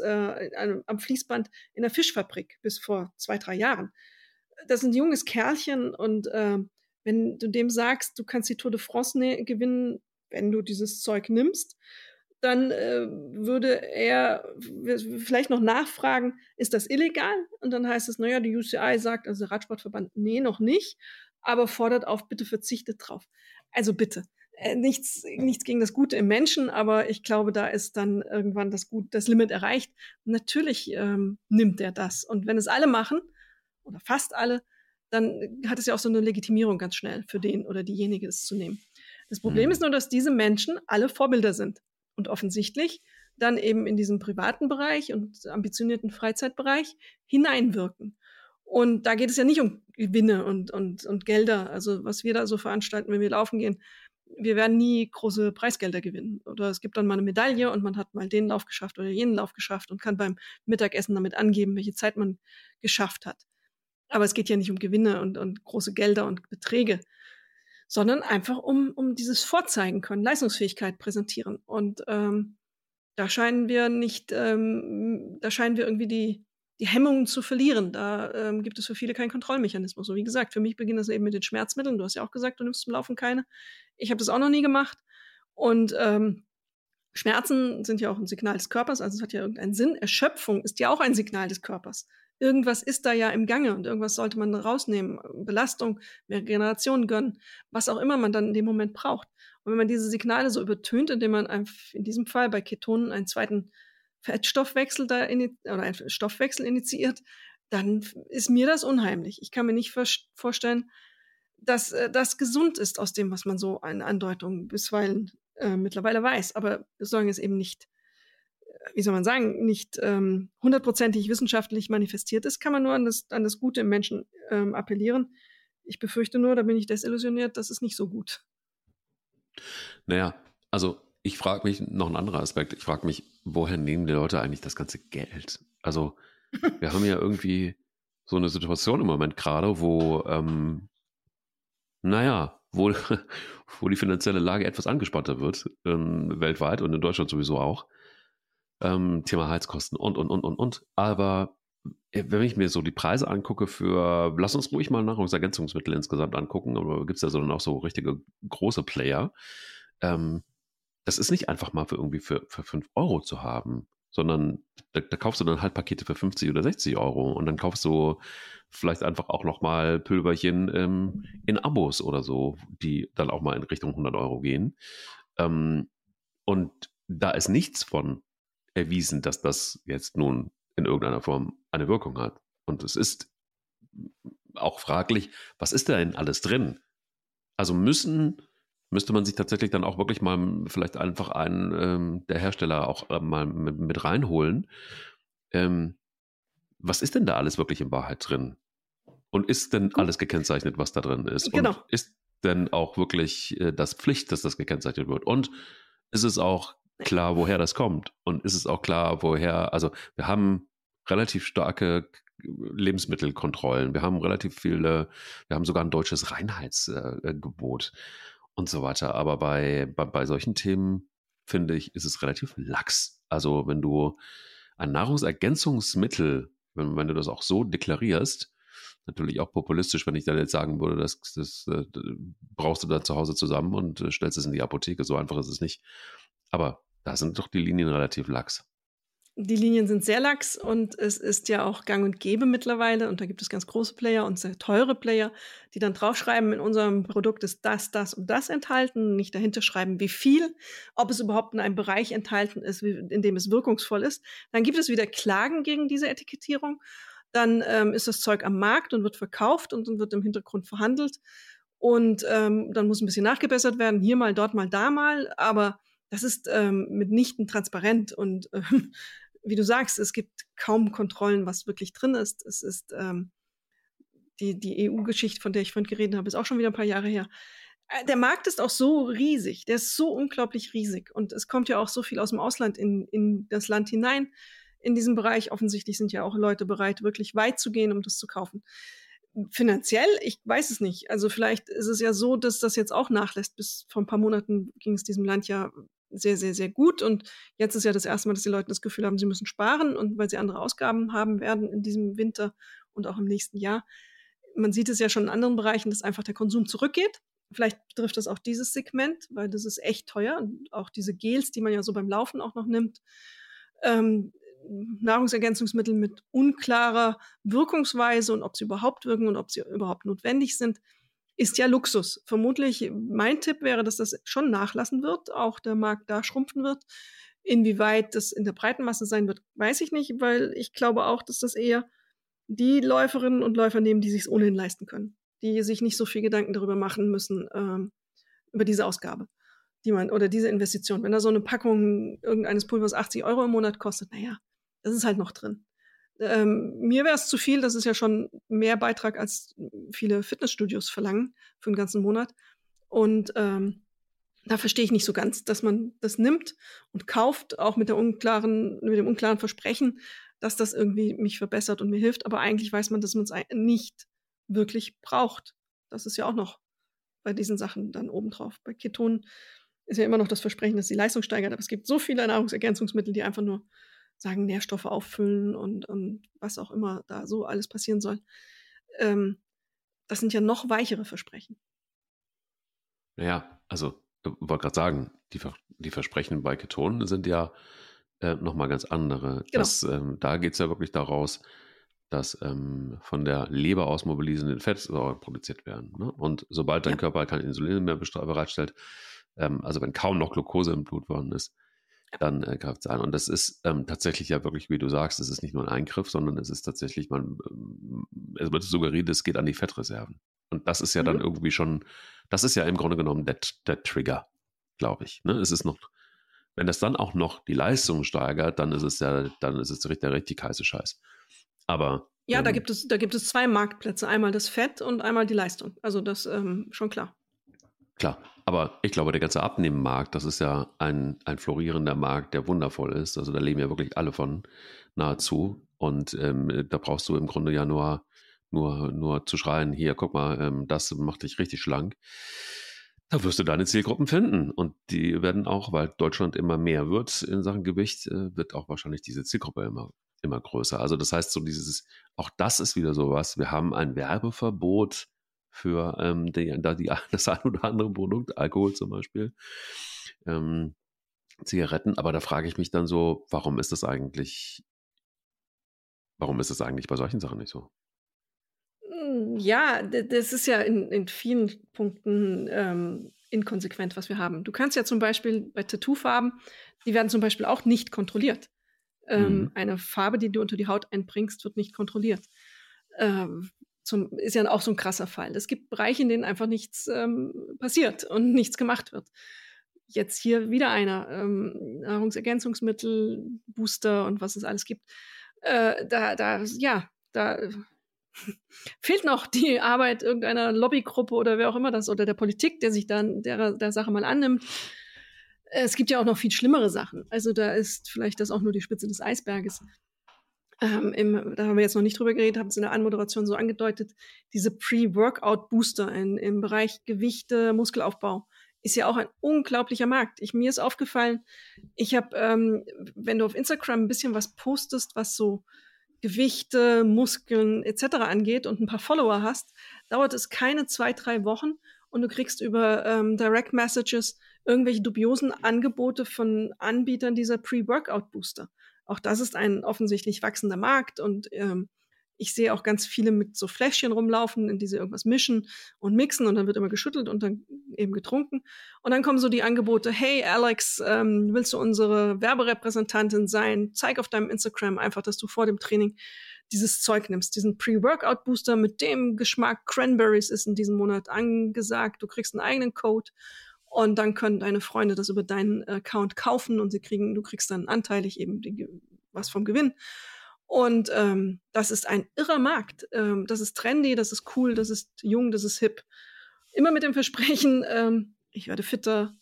am Fließband in der Fischfabrik bis vor 2, 3 Jahren. Das ist ein junges Kerlchen und wenn du dem sagst, du kannst die Tour de France gewinnen, wenn du dieses Zeug nimmst, dann würde er vielleicht noch nachfragen, ist das illegal? Und dann heißt es, naja, die UCI sagt, also der Radsportverband, nee, noch nicht, aber fordert auf, bitte verzichtet drauf. Also bitte. Nichts gegen das Gute im Menschen, aber ich glaube, da ist dann irgendwann das Limit erreicht. Natürlich nimmt er das. Und wenn es alle machen, oder fast alle, dann hat es ja auch so eine Legitimierung ganz schnell für den oder diejenige, es zu nehmen. Das Problem ist nur, dass diese Menschen alle Vorbilder sind und offensichtlich dann eben in diesen privaten Bereich und ambitionierten Freizeitbereich hineinwirken. Und da geht es ja nicht um Gewinne und Gelder, also was wir da so veranstalten, wenn wir laufen gehen. Wir werden nie große Preisgelder gewinnen. Oder es gibt dann mal eine Medaille und man hat mal den Lauf geschafft oder jenen Lauf geschafft und kann beim Mittagessen damit angeben, welche Zeit man geschafft hat. Aber es geht ja nicht um Gewinne und große Gelder und Beträge, sondern einfach um dieses Vorzeigen können, Leistungsfähigkeit präsentieren. Und da scheinen wir irgendwie die Hemmungen zu verlieren. Da gibt es für viele keinen Kontrollmechanismus. Und wie gesagt, für mich beginnt das eben mit den Schmerzmitteln. Du hast ja auch gesagt, du nimmst zum Laufen keine. Ich habe das auch noch nie gemacht. Und Schmerzen sind ja auch ein Signal des Körpers, also es hat ja irgendeinen Sinn. Erschöpfung ist ja auch ein Signal des Körpers. Irgendwas ist da ja im Gange und irgendwas sollte man rausnehmen. Belastung, mehr Regeneration gönnen, was auch immer man dann in dem Moment braucht. Und wenn man diese Signale so übertönt, indem man in diesem Fall bei Ketonen einen zweiten Fettstoffwechsel oder ein Stoffwechsel initiiert, dann ist mir das unheimlich. Ich kann mir nicht vorstellen, dass das gesund ist aus dem, was man so an Andeutungen bisweilen mittlerweile weiß. Aber solange es eben nicht, wie soll man sagen, nicht hundertprozentig wissenschaftlich manifestiert ist, kann man nur an das Gute im Menschen appellieren. Ich befürchte nur, da bin ich desillusioniert, das ist nicht so gut. Naja, also ich frage mich, noch ein anderer Aspekt, ich frage mich, woher nehmen die Leute eigentlich das ganze Geld? Also wir haben ja irgendwie so eine Situation im Moment gerade, wo, wo die finanzielle Lage etwas angespannter wird, weltweit und in Deutschland sowieso auch. Thema Heizkosten und. Aber wenn ich mir so die Preise angucke lass uns ruhig mal Nahrungsergänzungsmittel insgesamt angucken, aber gibt es ja so dann auch so richtige große Player. Das ist nicht einfach mal für 5 Euro zu haben, sondern da kaufst du dann halt Pakete für 50 oder 60 Euro und dann kaufst du vielleicht einfach auch nochmal Pülverchen in Abos oder so, die dann auch mal in Richtung 100 Euro gehen. Und da ist nichts von erwiesen, dass das jetzt nun in irgendeiner Form eine Wirkung hat. Und es ist auch fraglich, was ist da denn alles drin? Also müsste man sich tatsächlich dann auch wirklich mal vielleicht einfach einen der Hersteller auch mal mit reinholen. Was ist denn da alles wirklich in Wahrheit drin? Und ist denn alles gekennzeichnet, was da drin ist? Genau. Und ist denn auch wirklich das Pflicht, dass das gekennzeichnet wird? Und ist es auch klar, woher das kommt? Und ist es auch klar, also wir haben relativ starke Lebensmittelkontrollen, wir haben wir haben sogar ein deutsches Reinheitsgebot und so weiter. Aber bei solchen Themen, finde ich, ist es relativ lax. Also wenn du ein Nahrungsergänzungsmittel, wenn du das auch so deklarierst, natürlich auch populistisch, wenn ich dann jetzt sagen würde, das brauchst du da zu Hause zusammen und stellst es in die Apotheke. So einfach ist es nicht. Aber da sind doch die Linien relativ lax. Die Linien sind sehr lax und es ist ja auch gang und gäbe mittlerweile und da gibt es ganz große Player und sehr teure Player, die dann draufschreiben, in unserem Produkt ist das, das und das enthalten, nicht dahinter schreiben, wie viel, ob es überhaupt in einem Bereich enthalten ist, in dem es wirkungsvoll ist. Dann gibt es wieder Klagen gegen diese Etikettierung. Dann ist das Zeug am Markt und wird verkauft und dann wird im Hintergrund verhandelt und dann muss ein bisschen nachgebessert werden, hier mal, dort mal, da mal, aber das ist mitnichten transparent und wie du sagst, es gibt kaum Kontrollen, was wirklich drin ist. Es ist die EU-Geschichte, von der ich vorhin geredet habe, ist auch schon wieder ein paar Jahre her. Der Markt ist auch so riesig, der ist so unglaublich riesig und es kommt ja auch so viel aus dem Ausland in das Land hinein. In diesem Bereich offensichtlich sind ja auch Leute bereit, wirklich weit zu gehen, um das zu kaufen. Finanziell, ich weiß es nicht. Also vielleicht ist es ja so, dass das jetzt auch nachlässt. Bis vor ein paar Monaten ging es diesem Land ja sehr, sehr, sehr gut. Und jetzt ist ja das erste Mal, dass die Leute das Gefühl haben, sie müssen sparen und weil sie andere Ausgaben haben werden in diesem Winter und auch im nächsten Jahr. Man sieht es ja schon in anderen Bereichen, dass einfach der Konsum zurückgeht. Vielleicht betrifft das auch dieses Segment, weil das ist echt teuer. Und auch diese Gels, die man ja so beim Laufen auch noch nimmt. Nahrungsergänzungsmittel mit unklarer Wirkungsweise und ob sie überhaupt wirken und ob sie überhaupt notwendig sind, ist ja Luxus. Vermutlich, mein Tipp wäre, dass das schon nachlassen wird, auch der Markt da schrumpfen wird. Inwieweit das in der breiten Masse sein wird, weiß ich nicht, weil ich glaube auch, dass das eher die Läuferinnen und Läufer nehmen, die sich es ohnehin leisten können, die sich nicht so viel Gedanken darüber machen müssen, über diese Ausgabe, oder diese Investition. Wenn da so eine Packung irgendeines Pulvers 80 Euro im Monat kostet, naja, das ist halt noch drin. Mir wäre es zu viel, das ist ja schon mehr Beitrag, als viele Fitnessstudios verlangen für einen ganzen Monat. Und da verstehe ich nicht so ganz, dass man das nimmt und kauft, auch mit dem unklaren Versprechen, dass das irgendwie mich verbessert und mir hilft. Aber eigentlich weiß man, dass man es nicht wirklich braucht. Das ist ja auch noch bei diesen Sachen dann obendrauf. Bei Ketonen ist ja immer noch das Versprechen, dass die Leistung steigert. Aber es gibt so viele Nahrungsergänzungsmittel, die einfach nur sagen, Nährstoffe auffüllen und was auch immer da so alles passieren soll. Das sind ja noch weichere Versprechen. Naja, also ich wollte gerade sagen, die Versprechen bei Ketonen sind ja nochmal ganz andere. Genau. Da geht es ja wirklich daraus, dass von der Leber aus mobilisierende Fettsäuren produziert werden. Ne? Und sobald dein Körper kein Insulin mehr bereitstellt, also wenn kaum noch Glucose im Blut vorhanden ist, dann greift es ein. Und das ist tatsächlich ja wirklich, wie du sagst, es ist nicht nur ein Eingriff, sondern es ist tatsächlich, es wird suggeriert, es geht an die Fettreserven. Und das ist ja dann irgendwie schon, das ist ja im Grunde genommen der Trigger, glaube ich. Ne? Es ist noch, wenn das dann auch noch die Leistung steigert, dann ist es der richtig heiße Scheiß. Aber ja, da gibt es 2 Marktplätze, einmal das Fett und einmal die Leistung. Also das schon klar. Klar, aber ich glaube, der ganze Abnehmmarkt, das ist ja ein florierender Markt, der wundervoll ist. Also da leben ja wirklich alle von nahezu. Und da brauchst du im Grunde ja nur zu schreien, hier, guck mal, das macht dich richtig schlank. Da wirst du deine Zielgruppen finden. Und die werden auch, weil Deutschland immer mehr wird in Sachen Gewicht, wird auch wahrscheinlich diese Zielgruppe immer größer. Also das heißt, so auch das ist wieder sowas. Wir haben ein Werbeverbot für das ein oder andere Produkt, Alkohol zum Beispiel, Zigaretten. Aber da frage ich mich dann so, warum ist das eigentlich bei solchen Sachen nicht so? Ja, das ist ja in vielen Punkten inkonsequent, was wir haben. Du kannst ja zum Beispiel bei Tattoofarben, die werden zum Beispiel auch nicht kontrolliert. Eine Farbe, die du unter die Haut einbringst, wird nicht kontrolliert. Ist ja auch so ein krasser Fall. Es gibt Bereiche, in denen einfach nichts passiert und nichts gemacht wird. Jetzt hier wieder einer, Nahrungsergänzungsmittel, Booster und was es alles gibt. Da fehlt noch die Arbeit irgendeiner Lobbygruppe oder wer auch immer das, oder der Politik, der sich dann der Sache mal annimmt. Es gibt ja auch noch viel schlimmere Sachen. Also da ist vielleicht das auch nur die Spitze des Eisberges. Da haben wir jetzt noch nicht drüber geredet, haben es in der Anmoderation so angedeutet, diese Pre-Workout-Booster im Bereich Gewichte, Muskelaufbau ist ja auch ein unglaublicher Markt. Mir ist aufgefallen, ich habe, wenn du auf Instagram ein bisschen was postest, was so Gewichte, Muskeln etc. angeht und ein paar Follower hast, dauert es keine 2-3 Wochen und du kriegst über Direct Messages irgendwelche dubiosen Angebote von Anbietern dieser Pre-Workout-Booster. Auch das ist ein offensichtlich wachsender Markt und ich sehe auch ganz viele mit so Fläschchen rumlaufen, in die sie irgendwas mischen und mixen und dann wird immer geschüttelt und dann eben getrunken. Und dann kommen so die Angebote, hey Alex, willst du unsere Werberepräsentantin sein? Zeig auf deinem Instagram einfach, dass du vor dem Training dieses Zeug nimmst. Diesen Pre-Workout-Booster mit dem Geschmack Cranberries ist in diesem Monat angesagt. Du kriegst einen eigenen Code. Und dann können deine Freunde das über deinen Account kaufen und du kriegst dann anteilig eben was vom Gewinn. Und das ist ein irrer Markt. Das ist trendy, das ist cool, das ist jung, das ist hip. Immer mit dem Versprechen, ich werde fitter,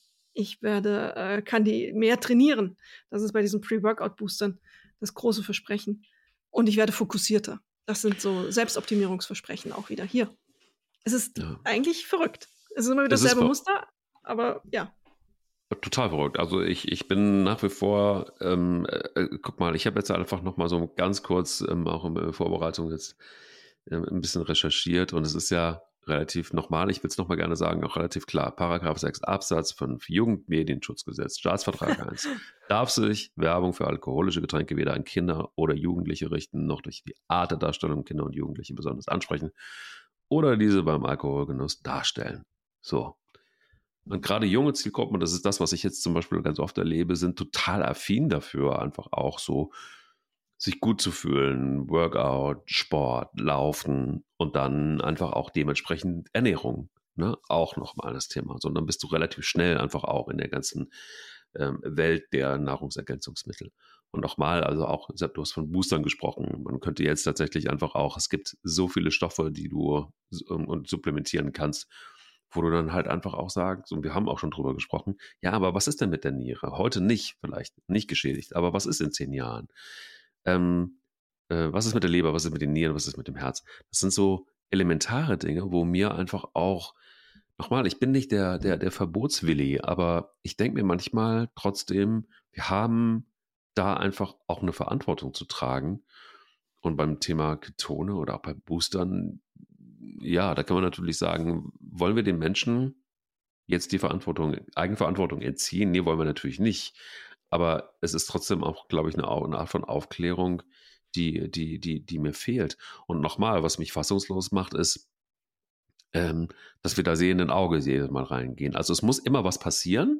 kann die mehr trainieren. Das ist bei diesen Pre-Workout-Boostern das große Versprechen. Und ich werde fokussierter. Das sind so Selbstoptimierungsversprechen auch wieder hier. Es ist eigentlich verrückt. Es ist immer wieder dasselbe Muster. Aber ja. Total verrückt. Also ich bin nach wie vor, guck mal, ich habe jetzt einfach nochmal so ganz kurz, auch in der Vorbereitung jetzt ein bisschen recherchiert und es ist ja relativ nochmal, ich will es nochmal gerne sagen, auch relativ klar, Paragraph 6 Absatz 5 Jugendmedienschutzgesetz, Staatsvertrag 1, darf sich Werbung für alkoholische Getränke weder an Kinder oder Jugendliche richten, noch durch die Art der Darstellung Kinder und Jugendliche besonders ansprechen oder diese beim Alkoholgenuss darstellen. So. Und gerade junge Zielgruppen, und das ist das, was ich jetzt zum Beispiel ganz oft erlebe, sind total affin dafür, einfach auch so sich gut zu fühlen, Workout, Sport, Laufen und dann einfach auch dementsprechend Ernährung, ne? Auch nochmal das Thema. So, und dann bist du relativ schnell einfach auch in der ganzen Welt der Nahrungsergänzungsmittel. Und nochmal, also auch, du hast von Boostern gesprochen, man könnte jetzt tatsächlich einfach auch, es gibt so viele Stoffe, die du supplementieren kannst, wo du dann halt einfach auch sagst, und wir haben auch schon drüber gesprochen, ja, aber was ist denn mit der Niere? Heute nicht, vielleicht nicht geschädigt, aber was ist in 10 Jahren? Was ist mit der Leber, was ist mit den Nieren, was ist mit dem Herz? Das sind so elementare Dinge, wo mir einfach auch, nochmal, ich bin nicht der Verbotswilli, aber ich denke mir manchmal trotzdem, wir haben da einfach auch eine Verantwortung zu tragen. Und beim Thema Ketone oder auch bei Boostern, ja, da kann man natürlich sagen, wollen wir den Menschen jetzt die Eigenverantwortung entziehen? Nee, wollen wir natürlich nicht. Aber es ist trotzdem auch, glaube ich, eine Art von Aufklärung, die mir fehlt. Und nochmal, was mich fassungslos macht, ist, dass wir da sehenden Auge jedes Mal reingehen. Also es muss immer was passieren,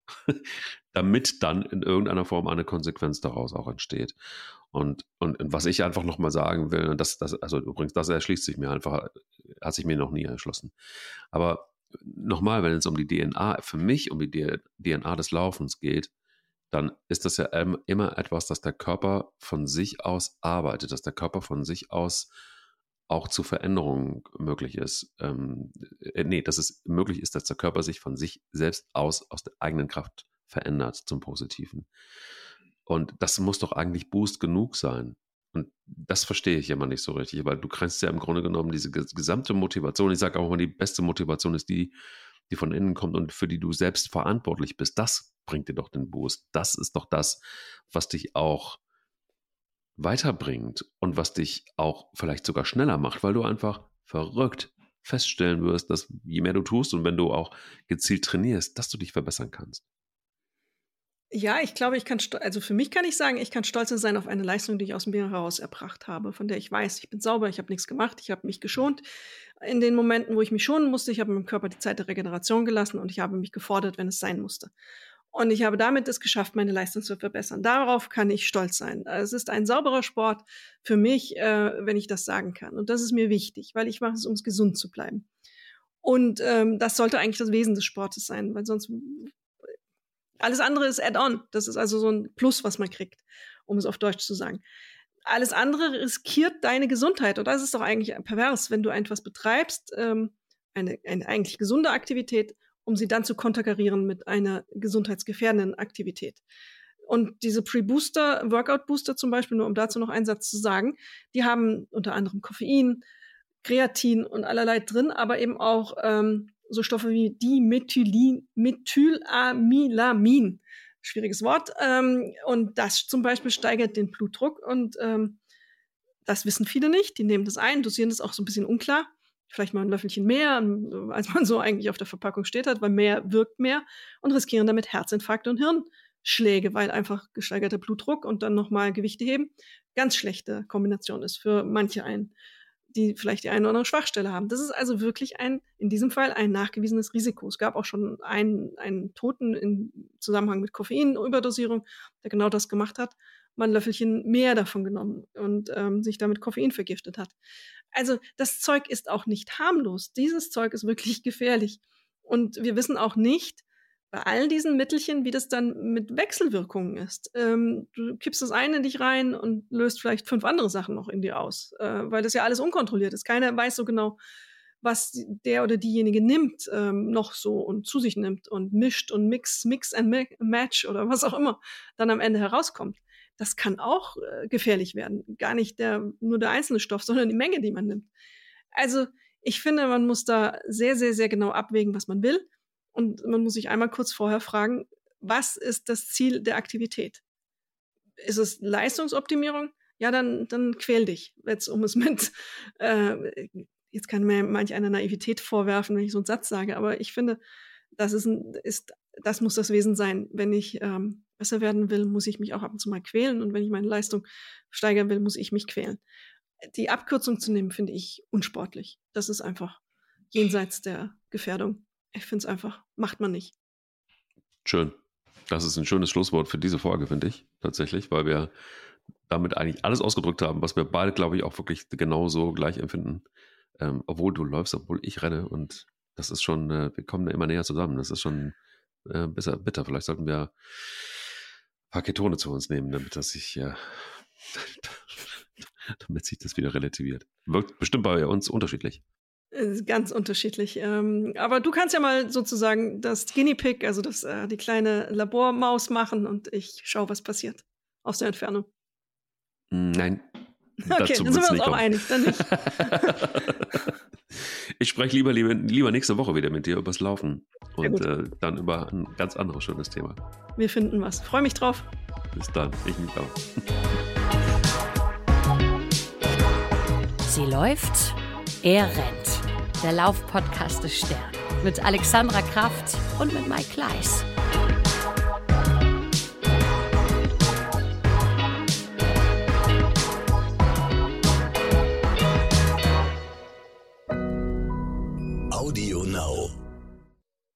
damit dann in irgendeiner Form eine Konsequenz daraus auch entsteht. Und was ich einfach nochmal sagen will, und also übrigens, das erschließt sich mir einfach, hat sich mir noch nie erschlossen. Aber nochmal, wenn es um die DNA, für mich um die DNA des Laufens geht, dann ist das ja immer etwas, das der Körper von sich aus arbeitet, dass der Körper von sich aus auch zu Veränderungen möglich ist. Dass es möglich ist, dass der Körper sich von sich selbst aus der eigenen Kraft verändert zum Positiven. Und das muss doch eigentlich Boost genug sein. Und das verstehe ich immer nicht so richtig, weil du kannst ja im Grunde genommen diese gesamte Motivation, ich sage auch mal, die beste Motivation ist die von innen kommt und für die du selbst verantwortlich bist. Das bringt dir doch den Boost. Das ist doch das, was dich auch weiterbringt und was dich auch vielleicht sogar schneller macht, weil du einfach verrückt feststellen wirst, dass je mehr du tust und wenn du auch gezielt trainierst, dass du dich verbessern kannst. Ja, ich glaube, also für mich kann ich sagen, ich kann stolz sein auf eine Leistung, die ich aus mir heraus erbracht habe, von der ich weiß, ich bin sauber, ich habe nichts gemacht, ich habe mich geschont. In den Momenten, wo ich mich schonen musste, ich habe meinem Körper die Zeit der Regeneration gelassen und ich habe mich gefordert, wenn es sein musste. Und ich habe damit es geschafft, meine Leistung zu verbessern. Darauf kann ich stolz sein. Es ist ein sauberer Sport für mich, wenn ich das sagen kann. Und das ist mir wichtig, weil ich mache es, um gesund zu bleiben. Und das sollte eigentlich das Wesen des Sportes sein, weil sonst alles andere ist Add-on. Das ist also so ein Plus, was man kriegt, um es auf Deutsch zu sagen. Alles andere riskiert deine Gesundheit. Und das ist doch eigentlich pervers, wenn du etwas betreibst, eine eigentlich gesunde Aktivität, um sie dann zu konterkarieren mit einer gesundheitsgefährdenden Aktivität. Und diese Pre-Booster, Workout-Booster zum Beispiel, nur um dazu noch einen Satz zu sagen, die haben unter anderem Koffein, Kreatin und allerlei drin, aber eben auch so Stoffe wie Methylamylamin. Schwieriges Wort. Und das zum Beispiel steigert den Blutdruck. Und das wissen viele nicht. Die nehmen das ein, dosieren das auch so ein bisschen unklar. Vielleicht mal ein Löffelchen mehr, als man so eigentlich auf der Verpackung steht hat, weil mehr wirkt mehr und riskieren damit Herzinfarkte und Hirnschläge, weil einfach gesteigerter Blutdruck und dann nochmal Gewichte heben ganz schlechte Kombination ist für manche die vielleicht die eine oder andere Schwachstelle haben. Das ist also wirklich in diesem Fall ein nachgewiesenes Risiko. Es gab auch schon einen Toten im Zusammenhang mit Koffeinüberdosierung, der genau das gemacht hat, mal ein Löffelchen mehr davon genommen und sich damit Koffein vergiftet hat. Also das Zeug ist auch nicht harmlos. Dieses Zeug ist wirklich gefährlich. Und wir wissen auch nicht, bei all diesen Mittelchen, wie das dann mit Wechselwirkungen ist. Du kippst das eine in dich rein und löst vielleicht 5 andere Sachen noch in dir aus, weil das ja alles unkontrolliert ist. Keiner weiß so genau, was der oder diejenige nimmt, noch so und zu sich nimmt und mischt und mix and match oder was auch immer dann am Ende herauskommt. Das kann auch gefährlich werden. Gar nicht nur der einzelne Stoff, sondern die Menge, die man nimmt. Also ich finde, man muss da sehr, sehr, sehr genau abwägen, was man will. Und man muss sich einmal kurz vorher fragen, was ist das Ziel der Aktivität? Ist es Leistungsoptimierung? Ja, dann quäl dich, jetzt um es mit, jetzt kann mir manch einer Naivität vorwerfen, wenn ich so einen Satz sage, aber ich finde, das muss das Wesen sein. Wenn ich besser werden will, muss ich mich auch ab und zu mal quälen und wenn ich meine Leistung steigern will, muss ich mich quälen. Die Abkürzung zu nehmen, finde ich unsportlich. Das ist einfach jenseits der Gefährdung. Ich finde es einfach, macht man nicht. Schön. Das ist ein schönes Schlusswort für diese Folge, finde ich, tatsächlich, weil wir damit eigentlich alles ausgedrückt haben, was wir beide, glaube ich, auch wirklich genauso gleich empfinden. Obwohl du läufst, obwohl ich renne und das ist schon, wir kommen da immer näher zusammen. Das ist schon bitter. Vielleicht sollten wir ein paar Ketone zu uns nehmen, damit sich das wieder relativiert. Wirkt bestimmt bei uns unterschiedlich. Ganz unterschiedlich. Aber du kannst ja mal sozusagen das Guinea Pig, also die kleine Labormaus machen und ich schaue, was passiert aus der Entfernung. Nein. Okay, dann sind wir uns auch einig, dann nicht. Ich spreche lieber nächste Woche wieder mit dir übers Laufen und dann über ein ganz anderes schönes Thema. Wir finden was. Freue mich drauf. Bis dann. Ich mich auch. Sie läuft, er rennt. Der Lauf-Podcast des Stern. Mit Alexandra Kraft und mit Mike Kleiss.